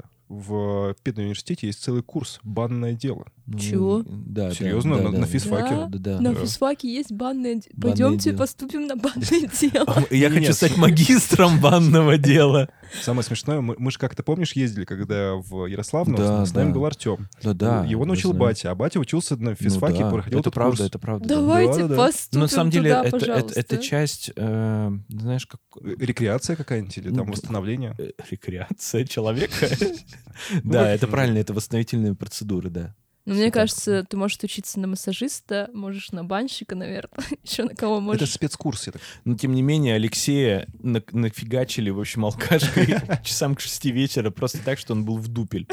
в педуниверситете есть целый курс «Банное дело». Ну, Чего? Да, Серьезно? да, На физфаке? Да. На Да. физфаке есть банное дело. Банное Пойдемте дело. поступим на банное дело. Я Нет. хочу стать магистром банного дела. Самое смешное, мы же как-то, помнишь, ездили, когда в Ярославну, Да, с нами да. был Артем. Да. Его научил батя, а батя учился на физфаке, проходил это этот правда, курс. это правда. да. Давайте да. поступим Но на самом деле туда, это пожалуйста. часть, знаешь, как Рекреация какая-нибудь или там Ну, восстановление? рекреация человека. Да, это правильно, это восстановительные процедуры, да. Ну, мне кажется, ты можешь учиться на массажиста, можешь на банщика, наверное. Еще на кого Это можешь. спецкурс, я так. Но, тем не менее, Алексея нафигачили, в общем, алкашкой часам к 6 вечера, просто так, что он был в дупель.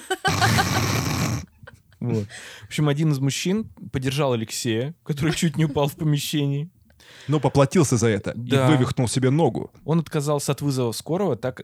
Вот. В общем, один из мужчин поддержал Алексея, который чуть не упал в помещении. Но поплатился за это Да. и вывихнул себе ногу. Он отказался от вызова скорой, так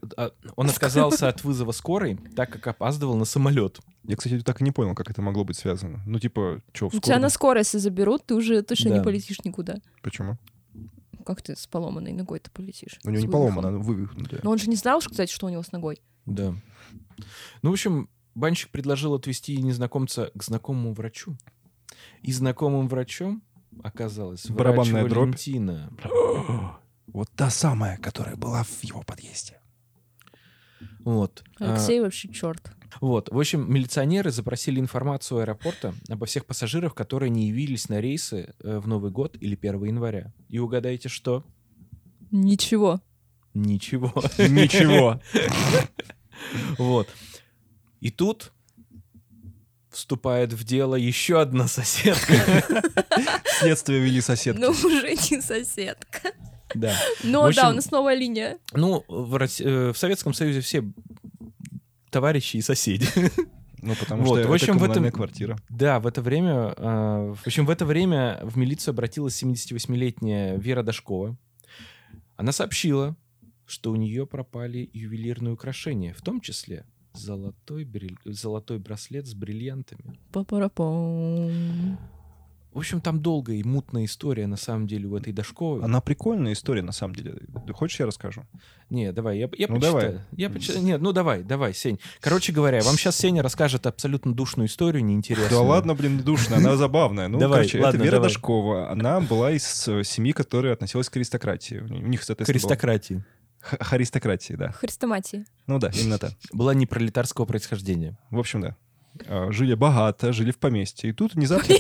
как опаздывал на самолет. Я, кстати, так и не понял, как это могло быть связано. Ну, типа, что, в У тебя на скором? скорости заберут, ты уже точно Да. не полетишь никуда. Почему? Как ты с поломанной ногой-то полетишь? У него С не вывихом. поломано, она вывихнутая. Но он же не знал, кстати, что у него с ногой. Да. Ну, в общем, банщик предложил отвезти незнакомца к знакомому врачу. И знакомым врачом оказалась Барабанная врач дробь. Валентина. Вот та самая, которая была в его подъезде. Вот. Алексей вообще черт. Вот. В общем, милиционеры запросили информацию аэропорта обо всех пассажирах, которые не явились на рейсы в Новый год или 1 января. И угадайте, что? Ничего. Ничего. Ничего. Вот. И тут вступает в дело еще одна соседка. Следствие вели соседки. Ну, уже не соседка. Да. Но В общем, да, у нас новая линия. Ну, в Советском Союзе все товарищи и соседи. Ну, потому Вот, что в общем, это в этом- коммунальная квартира. Да, в это время, в милицию обратилась 78-летняя Вера Дашкова. Она сообщила, что у нее пропали ювелирные украшения, в том числе золотой браслет с бриллиантами. Па-пара-пам. В общем, там долгая и мутная история, на самом деле, у этой Дашковой. Она прикольная история, на самом деле. Ты хочешь, я расскажу? Не, давай, я Ну, почитаю. Нет, ну давай, Сень. Короче говоря, вам сейчас Сеня расскажет абсолютно душную историю, неинтересную. Да ладно, блин, душная, она забавная. Ну, Давай, короче, ладно, это Вера давай. Дашкова. Она была из семьи, которая относилась к аристократии. У них, соответственно, была... Аристократии. Аристократии, да. Хрестоматии. Ну да, именно так. Была не пролетарского происхождения. В общем, да. жили богато, жили в поместье. И тут внезапно...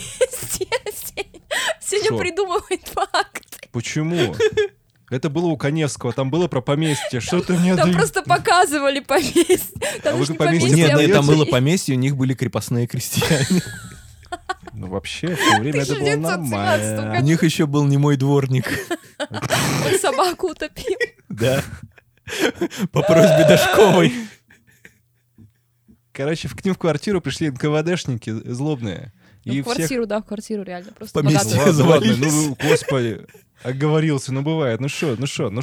Сеня Шо? придумывает факты. Почему? Это было у Каневского, там было про поместье. Что ты мне... Там просто показывали поместье. Там вы же не поместье поместье, Нет, а там музей. было поместье, у них были крепостные крестьяне. Ну, вообще, в то время это было 1917 нормально. У них еще был немой дворник. Он собаку утопил. Да. По просьбе Дашковой. Короче, к ним в квартиру пришли НКВДшники злобные. Ну, И в квартиру, да, в квартиру реально. Просто Поместье. богатые. Ладно, завалились. ну, господи, оговорился, ну, бывает. Ну, шо.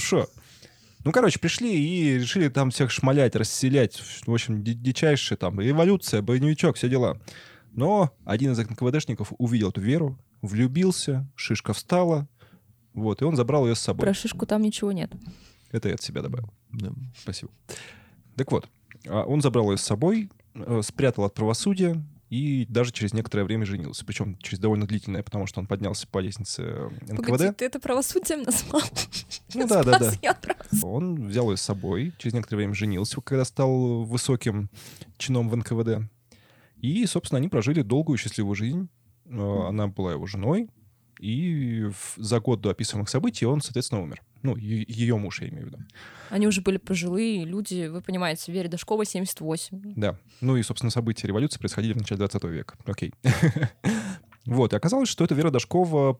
Ну, короче, пришли и решили там всех шмалять, расселять. В общем, дичайшая там революция, боевичок, все дела. Но один из НКВДшников увидел эту Веру, влюбился, шишка встала, вот, и он забрал ее с собой. Про шишку там ничего нет. Это я от себя добавил. Да. Спасибо. Так вот, он забрал ее с собой, спрятал от правосудия и даже через некоторое время женился. Причем через довольно длительное, потому что он поднялся по лестнице НКВД. Погоди, ты это правосудием назвал? Ну да. Спас я раз. Он взял ее с собой, через некоторое время женился, когда стал высоким чином в НКВД. И, собственно, они прожили долгую счастливую жизнь. Она была его женой. И за год до описываемых событий он, соответственно, умер. Ну, ее муж, я имею в виду. Они уже были пожилые люди, вы понимаете, Вере Дашковой 78. Да. Ну и, собственно, события революции происходили в начале 20 века. Окей. Вот. И оказалось, что эта Вера Дашкова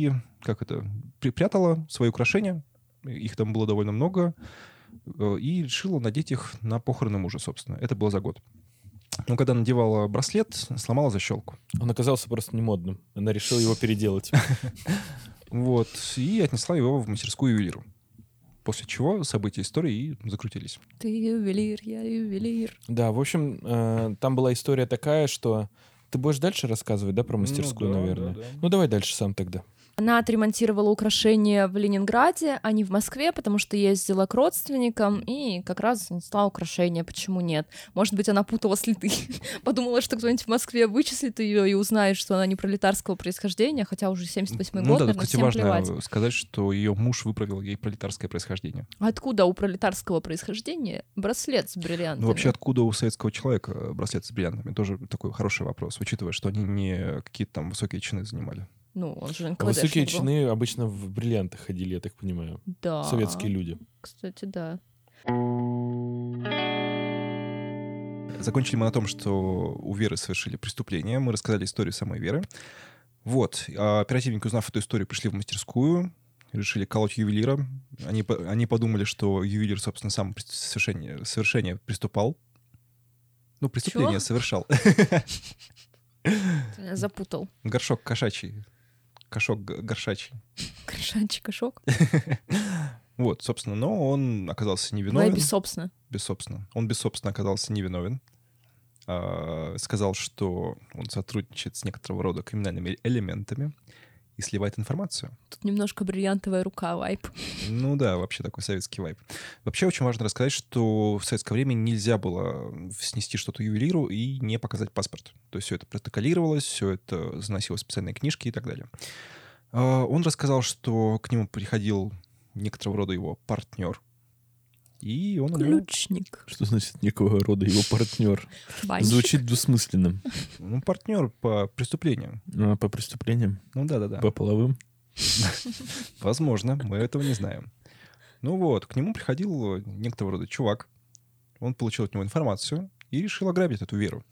припрятала свои украшения. Их там было довольно много. И решила надеть их на похороны мужа, собственно. Это было за год. Но когда надевала браслет, сломала защелку. Он оказался просто немодным. Она решила его переделать. Вот. И отнесла его в мастерскую ювелиру. После чего события истории и закрутились. Ты ювелир, я ювелир. Да, в общем, там была история такая, что... Ты будешь дальше рассказывать, да, про мастерскую, Ну да, наверное? да. Ну, давай дальше сам тогда. Она отремонтировала украшения в Ленинграде, а не в Москве, потому что ездила к родственникам и как раз занесла украшения. Почему нет? Может быть, она путала следы. Подумала, что кто-нибудь в Москве вычислит ее и узнает, что она не пролетарского происхождения, хотя уже 78-й Ну год, да, наверное, кстати, всем важно плевать. сказать, что ее муж выправил ей пролетарское происхождение. Откуда у пролетарского происхождения браслет с бриллиантами? Ну, вообще, откуда у советского человека браслет с бриллиантами? Тоже такой хороший вопрос, учитывая, что они не какие-то там высокие чины занимали. Ну, он же А НКВДшник высокие был. чины обычно в бриллиантах ходили, я так понимаю. Да. Советские люди. Кстати, да. Закончили мы на том, что у Веры совершили преступление. Мы рассказали историю самой Веры. Вот. А оперативники, узнав эту историю, пришли в мастерскую, решили колоть ювелира. Они подумали, что ювелир, собственно, сам совершение приступал. Ну, преступление Чё? совершал. Ты меня запутал. Горшок кошачий. Кошок горшачий. Крышанчик кошок. Вот, собственно, но он оказался Давай невиновен. бессобственно. Он бессобственно оказался невиновен. Сказал, что он сотрудничает с некоторого рода криминальными элементами и сливает информацию. Тут немножко бриллиантовая рука, вайп. Ну да, вообще такой советский вайб. Вообще очень важно рассказать, что в советское время нельзя было снести что-то ювелиру и не показать паспорт. То есть все это протоколировалось, все это заносилось в специальные книжки и так далее. Он рассказал, что к нему приходил некоторого рода его партнер, и он ему... Ключник. Что значит некого рода его партнер? Банщик. Звучит двусмысленно. Ну, партнер по преступлению. А по преступлениям? Ну да-да-да. По половым? Возможно, мы этого не знаем. Ну вот, к нему приходил некоторого рода чувак. Он получил от него информацию и решил ограбить эту Веру.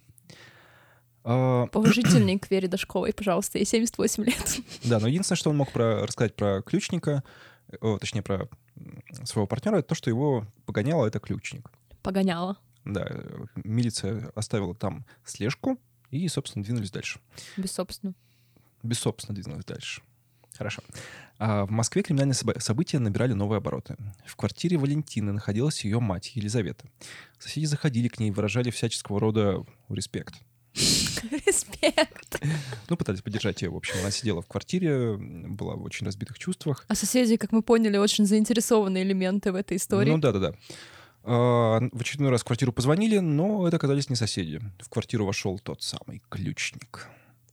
Положительный к Вере Дашковой, пожалуйста, ей 78 лет. Да, но единственное, что он мог рассказать про ключника, точнее, про своего партнера, это то, что его погоняло это ключник. Погоняла. Да, милиция оставила там слежку и, собственно, двинулись дальше. Бессобственно. Бессобственно двинулись дальше. Хорошо. А в Москве криминальные события набирали новые обороты. В квартире Валентины находилась ее мать Елизавета. Соседи заходили к ней, выражали всяческого рода респект. Респект. Ну, пытались поддержать ее. В общем, она сидела в квартире, была в очень разбитых чувствах. А соседи, как мы поняли, очень заинтересованные элементы в этой истории. Ну, да-да-да. В очередной раз в квартиру позвонили, но это оказались не соседи. В квартиру вошел тот самый ключник.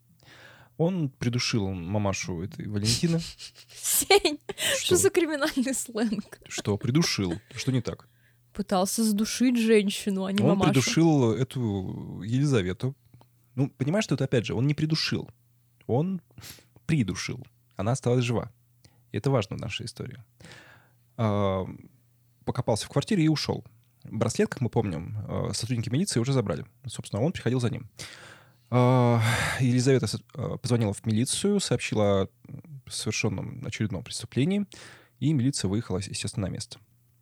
Он придушил мамашу этой Валентины. Сень, что за криминальный сленг? Что придушил? Что не так? Пытался задушить женщину, а не Он мамашу. придушил эту Елизавету, Ну, понимаешь, что это, опять же, он не придушил. Он придушил. Она осталась жива. И это важно в нашей истории. Покопался в квартире и ушел. Браслет, как мы помним, сотрудники милиции уже забрали. Собственно, он приходил за ним. Елизавета позвонила в милицию, сообщила о совершенном очередном преступлении, и милиция выехала, естественно, на место.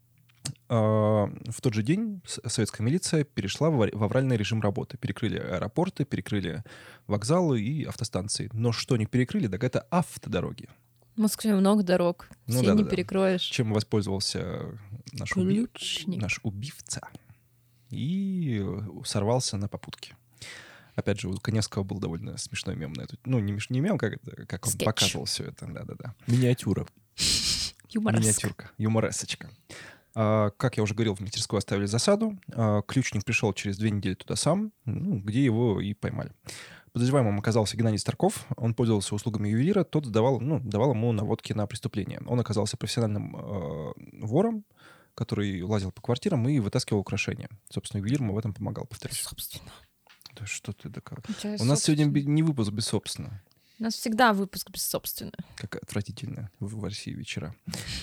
В тот же день советская милиция перешла в авральный режим работы. Перекрыли аэропорты, перекрыли вокзалы и автостанции. Но что не перекрыли, так это автодороги. В Москве много дорог, Ну все да, не да. перекроешь. Чем воспользовался наш убивца и сорвался на попутке. Опять же, у Каневского был довольно смешной мем на эту... Ну, не мем, как он Скетч. показывал все это. Да-да-да. Миниатюра. Юмореска. Миниатюрка. Юморесочка. Как я уже говорил, в мастерской оставили засаду. Ключник пришел через 2 недели туда сам, где его и поймали. Подозреваемым оказался Геннадий Старков. Он пользовался услугами ювелира. Тот давал ему наводки на преступление. Он оказался профессиональным вором, который лазил по квартирам и вытаскивал украшения. Собственно, ювелир ему в этом помогал, повторюсь. Собственно. Да что ты такая? Ничего, У нас сегодня собственно. не выпуск без собственно. У нас всегда выпуск бессобственно. Как отвратительно в России вечера.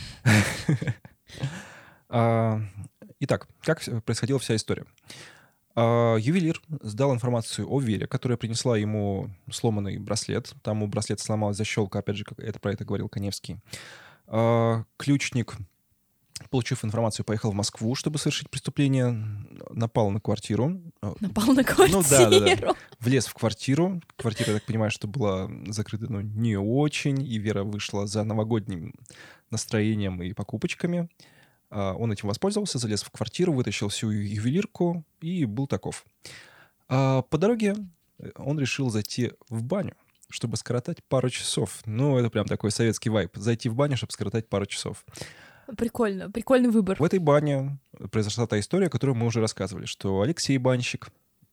Итак, как происходила вся история? Ювелир сдал информацию о Вере, которая принесла ему сломанный браслет. Там у браслета сломалась защелка, опять же, про это говорил Каневский. Ключник, получив информацию, поехал в Москву, чтобы совершить преступление. Напал на квартиру. Напал на квартиру. Ну да. Влез в квартиру. Квартира, я так понимаю, что была закрыта, не очень. И Вера вышла за новогодним настроением и покупочками. Он этим воспользовался, залез в квартиру, вытащил всю ювелирку и был таков. По дороге он решил зайти в баню, чтобы скоротать пару часов. Ну, это прям такой советский вайб. Зайти в баню, чтобы скоротать пару часов. Прикольно. Прикольный выбор. В этой бане произошла та история, которую мы уже рассказывали, что Алексей банщик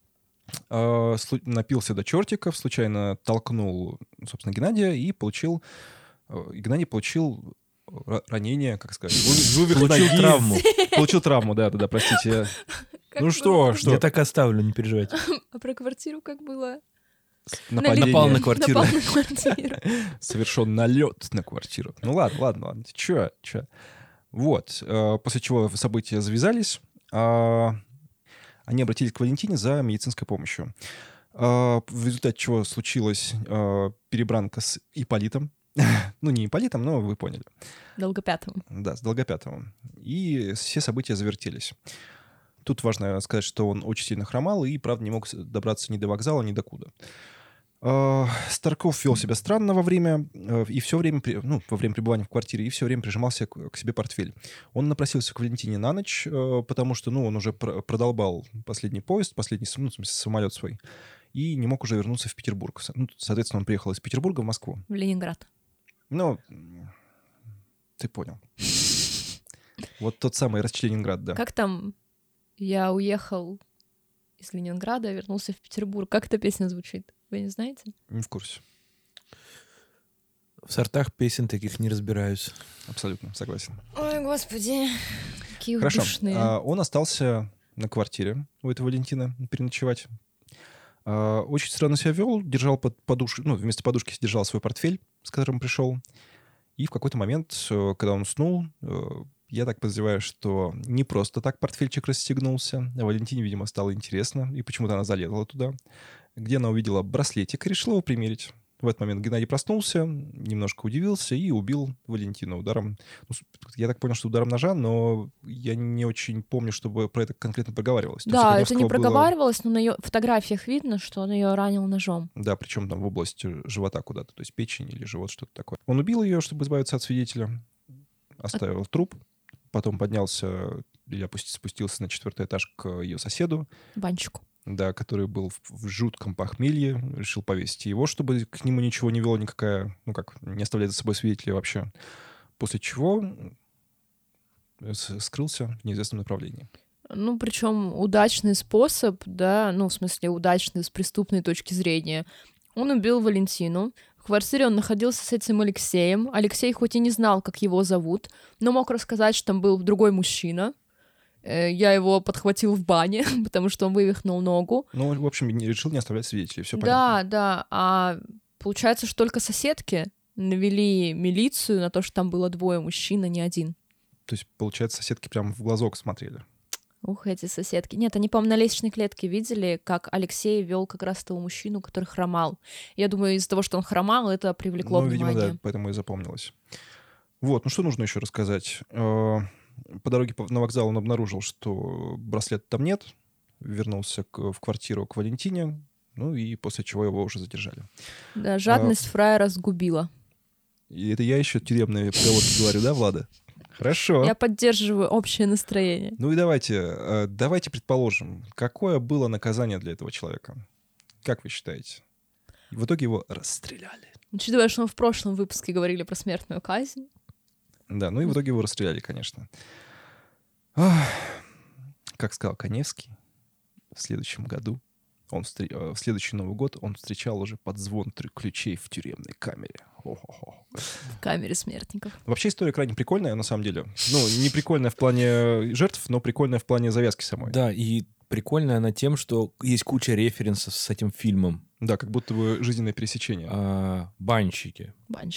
напился до чертиков, случайно толкнул, собственно, Геннадия и Геннадий получил ранение, как сказать, Получил травму. Получил травму, да, простите. Как Ну было? что? Я так оставлю, не переживайте. А про квартиру как было? Нападение. Напал на квартиру. Напал на квартиру. Совершен налет на квартиру. Ну ладно. Чё? Вот. После чего события завязались. Они обратились к Валентине за медицинской помощью. В результате чего случилась перебранка с Ипполитом. Ну, не Ипполитом, но вы поняли. Долгопятым. Да, с Долгопятовым. И все события завертелись. Тут важно сказать, что он очень сильно хромал и, правда, не мог добраться ни до вокзала, ни до куда. Старков вел себя странно во время пребывания в квартире, и все время прижимался к себе портфель. Он напросился к Валентине на ночь, потому что, он уже продолбал последний поезд, самолет свой, и не мог уже вернуться в Петербург. Соответственно, он приехал из Петербурга в Москву. В Ленинград. Ну, ты понял. Вот тот самый Ленинград, да. Как там? Я уехал из Ленинграда, вернулся в Петербург. Как эта песня звучит? Вы не знаете? Не в курсе. В сортах песен таких не разбираюсь. Абсолютно, согласен. Ой, господи. Какие вы Хорошо. душные. Он остался на квартире у этой Валентины переночевать. Очень странно себя вел, держал под подушкой, вместо подушки держал свой портфель, с которым пришел. И в какой-то момент, когда он уснул, я так подозреваю, что не просто так портфельчик расстегнулся. А Валентине, видимо, стало интересно, и почему-то она залезла туда, где она увидела браслетик и решила его примерить. В этот момент Геннадий проснулся, немножко удивился и убил Валентину ударом. Я так понял, что ударом ножа, но я не очень помню, чтобы про это конкретно проговаривалось. Да, это не проговаривалось, но на ее фотографиях видно, что он ее ранил ножом. Да, причем там в области живота куда-то, то есть печень или живот, что-то такое. Он убил ее, чтобы избавиться от свидетеля, оставил труп, потом поднялся или спустился на 4-й этаж к ее соседу. Банщику. Да, который был в жутком похмелье, решил повесить его, чтобы к нему ничего не вело, никакая, не оставлять за собой свидетелей вообще. После чего скрылся в неизвестном направлении. Причем удачный способ, да, в смысле удачный с преступной точки зрения. Он убил Валентину. В квартире он находился с этим Алексеем. Алексей хоть и не знал, как его зовут, но мог рассказать, что там был другой мужчина. Я его подхватил в бане, потому что он вывихнул ногу. Ну, в общем, решил не оставлять свидетелей, все понятно. Да. А получается, что только соседки навели милицию на то, что там было 2 мужчин, а не 1. То есть, получается, соседки прям в глазок смотрели. Ух, эти соседки. Нет, они, по-моему, на лестничной клетке видели, как Алексей вел как раз того мужчину, который хромал. Я думаю, из-за того, что он хромал, это привлекло внимание. Видимо, да, поэтому и запомнилось. Вот, ну что нужно еще рассказать? По дороге на вокзал он обнаружил, что браслета там нет, вернулся в квартиру к Валентине, ну и после чего его уже задержали. Да, жадность фраера сгубила. И это я еще тюремные поговорки говорю, да, Влада? Хорошо. Я поддерживаю общее настроение. Ну и давайте предположим, какое было наказание для этого человека? Как вы считаете? В итоге его расстреляли. Учитывая, что мы в прошлом выпуске говорили про смертную казнь. Да, ну и в итоге его расстреляли, конечно. Ах, как сказал Каневский, в следующем году, в следующий Новый год он встречал уже под звон ключей в тюремной камере. Хо-хо-хо. В камере смертников. Вообще история крайне прикольная, на самом деле. Ну, не прикольная в плане жертв, но прикольная в плане завязки самой. Да, и прикольная она тем, что есть куча референсов с этим фильмом. Да, как будто бы жизненное пересечение. Банщики.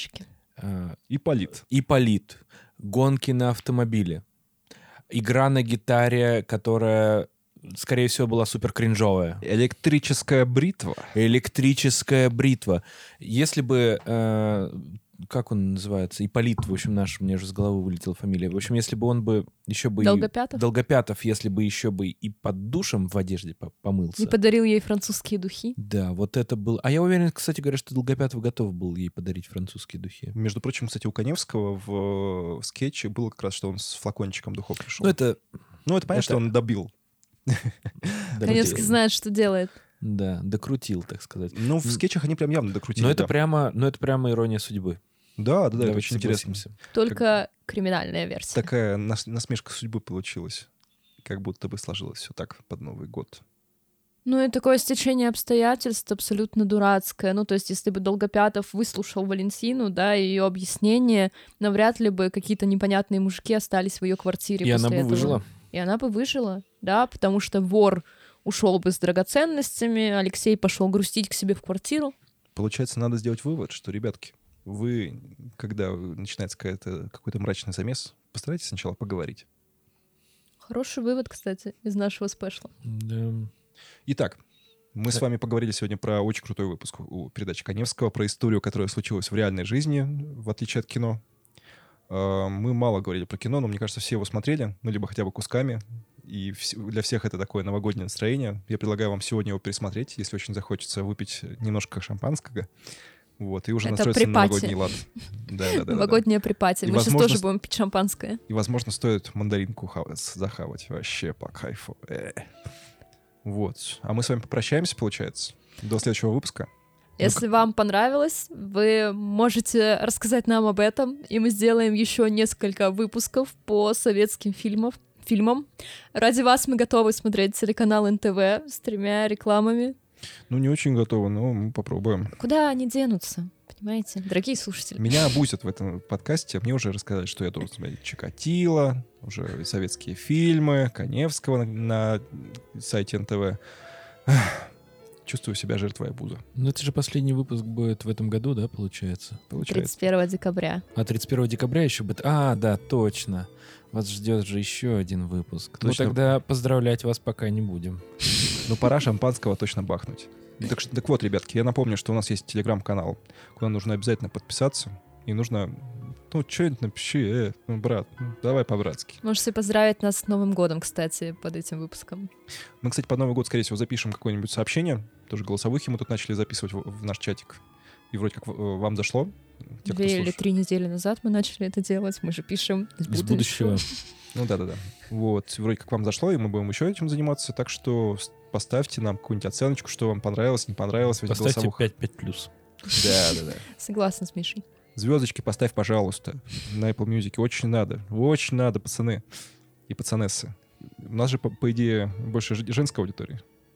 Ипполит. Гонки на автомобиле. Игра на гитаре, которая, скорее всего, была супер кринжовая. Электрическая бритва. Если бы... как он называется? Ипполит, в общем, наш, мне же с головы вылетела фамилия. В общем, если бы он бы еще бы... Долгопятов, если бы еще бы и под душем в одежде помылся. И подарил ей французские духи. Да, вот это был... А я уверен, кстати говоря, что Долгопятов готов был ей подарить французские духи. Между прочим, кстати, у Каневского в скетче было как раз, что он с флакончиком духов пришел. Ну, это понятно, что он добил. Каневский знает, что делает. Да, докрутил, так сказать. Ну, в скетчах они прям явно докрутили. Но это прямо ирония судьбы. Да, это очень интересно. Только криминальная версия. Такая насмешка судьбы получилась. Как будто бы сложилось все так под Новый год. Ну и такое стечение обстоятельств абсолютно дурацкое. Ну то есть если бы Долгопятов выслушал Валентину, да, и ее объяснение, навряд ли бы какие-то непонятные мужики остались в ее квартире и после она этого. Выжила. И она бы выжила, да, потому что вор ушел бы с драгоценностями, Алексей пошел грустить к себе в квартиру. Получается, надо сделать вывод, что, ребятки, вы, когда начинается какой-то мрачный замес, постарайтесь сначала поговорить. Хороший вывод, кстати, из нашего спешла. Да. Итак, мы с вами поговорили сегодня про очень крутой выпуск у передачи Каневского, про историю, которая случилась в реальной жизни, в отличие от кино. Мы мало говорили про кино, но, мне кажется, все его смотрели, ну, либо хотя бы кусками. И для всех это такое новогоднее настроение. Я предлагаю вам сегодня его пересмотреть, если очень захочется выпить немножко шампанского. Вот, и уже это настроиться на новогодний лад. Да. Новогодняя припати. Мы сейчас тоже будем пить шампанское. И, возможно, стоит мандаринку захавать. Вообще по кайфу. Вот. А мы с вами попрощаемся, получается. До следующего выпуска. Если вам понравилось, вы можете рассказать нам об этом, и мы сделаем еще несколько выпусков по советским фильмам. Ради вас мы готовы смотреть телеканал НТВ с 3 рекламами. Ну, не очень готовы, но мы попробуем. Куда они денутся? Понимаете, дорогие слушатели. Меня обузят в этом подкасте. Мне уже рассказали, что я должен смотреть Чикатило, уже советские фильмы, Каневского на сайте НТВ. Чувствую себя жертвой обуза. Ну, это же последний выпуск будет в этом году, да, получается? 31 декабря. А 31 декабря еще будет... А, да, точно. Вас ждет же еще один выпуск. Точно. Ну, тогда поздравлять вас пока не будем. Ну, пора шампанского точно бахнуть. Так вот, ребятки, я напомню, что у нас есть телеграм-канал, куда нужно обязательно подписаться. И нужно... Ну, что-нибудь напиши, брат, давай по-братски. Можете поздравить нас с Новым годом, кстати, под этим выпуском. Мы, кстати, под Новый год, скорее всего, запишем какое-нибудь сообщение. Тоже голосовухи мы тут начали записывать в наш чатик. И вроде как вам зашло. 2 или 3 недели назад мы начали это делать. Мы же пишем из будущего. Ну да. Вот, вроде как вам зашло, и мы будем еще этим заниматься. Так что поставьте нам какую-нибудь оценочку, что вам понравилось, не понравилось в этих поставьте голосовых. 5+. Да. Согласна с Мишей. Звездочки поставь, пожалуйста, на Apple Music. Очень надо, пацаны и пацанессы. У нас же, по идее, больше женской аудитории.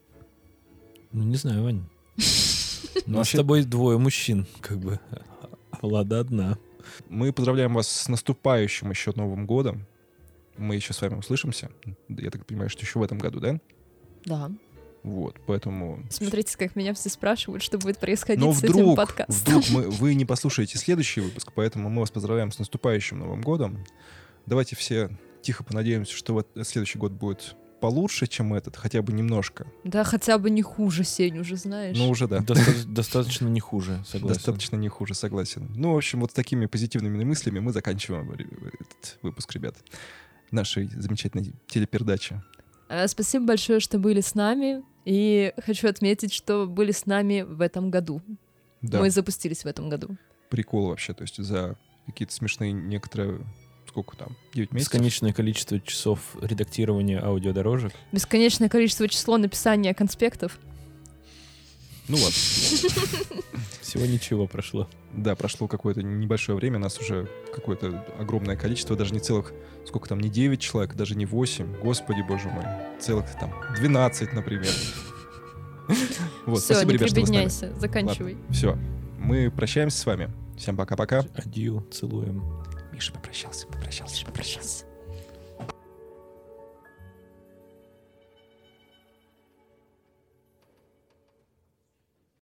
Ну, не знаю, Вань. У нас с тобой 2 мужчин, как бы. А Влада одна. Мы поздравляем вас с наступающим еще Новым годом. мы еще с вами услышимся. Я так понимаю, что еще в этом году, да? Да. Вот, поэтому... Смотрите, как меня все спрашивают, что будет происходить Но с этим подкастом. вдруг вы не послушаете следующий выпуск, поэтому мы вас поздравляем с наступающим Новым годом. Давайте все тихо понадеемся, что следующий год будет получше, чем этот, хотя бы немножко. Да, хотя бы не хуже, Сень, уже знаешь. Ну, уже да. Достаточно не хуже, согласен. Достаточно не хуже, согласен. Ну, в общем, вот с такими позитивными мыслями мы заканчиваем этот выпуск, ребят, нашей замечательной телепередачи. Спасибо большое, что были с нами. И хочу отметить, что были с нами в этом году. Да. Мы запустились в этом году. Прикол вообще. То есть за какие-то смешные некоторые... Сколько там? 9 месяцев? Бесконечное количество часов редактирования аудиодорожек. Бесконечное количество число написания конспектов. Ну вот. Всего ничего прошло. Да, прошло какое-то небольшое время, нас уже какое-то огромное количество, даже не целых, сколько там, не 9 человек, даже не 8, господи, боже мой, целых там 12, например. Вот, Все, спасибо, не ребят, что вы с нами. прибедняйся, заканчивай. Все, мы прощаемся с вами. Всем пока-пока. Адью, целуем. Миша попрощался.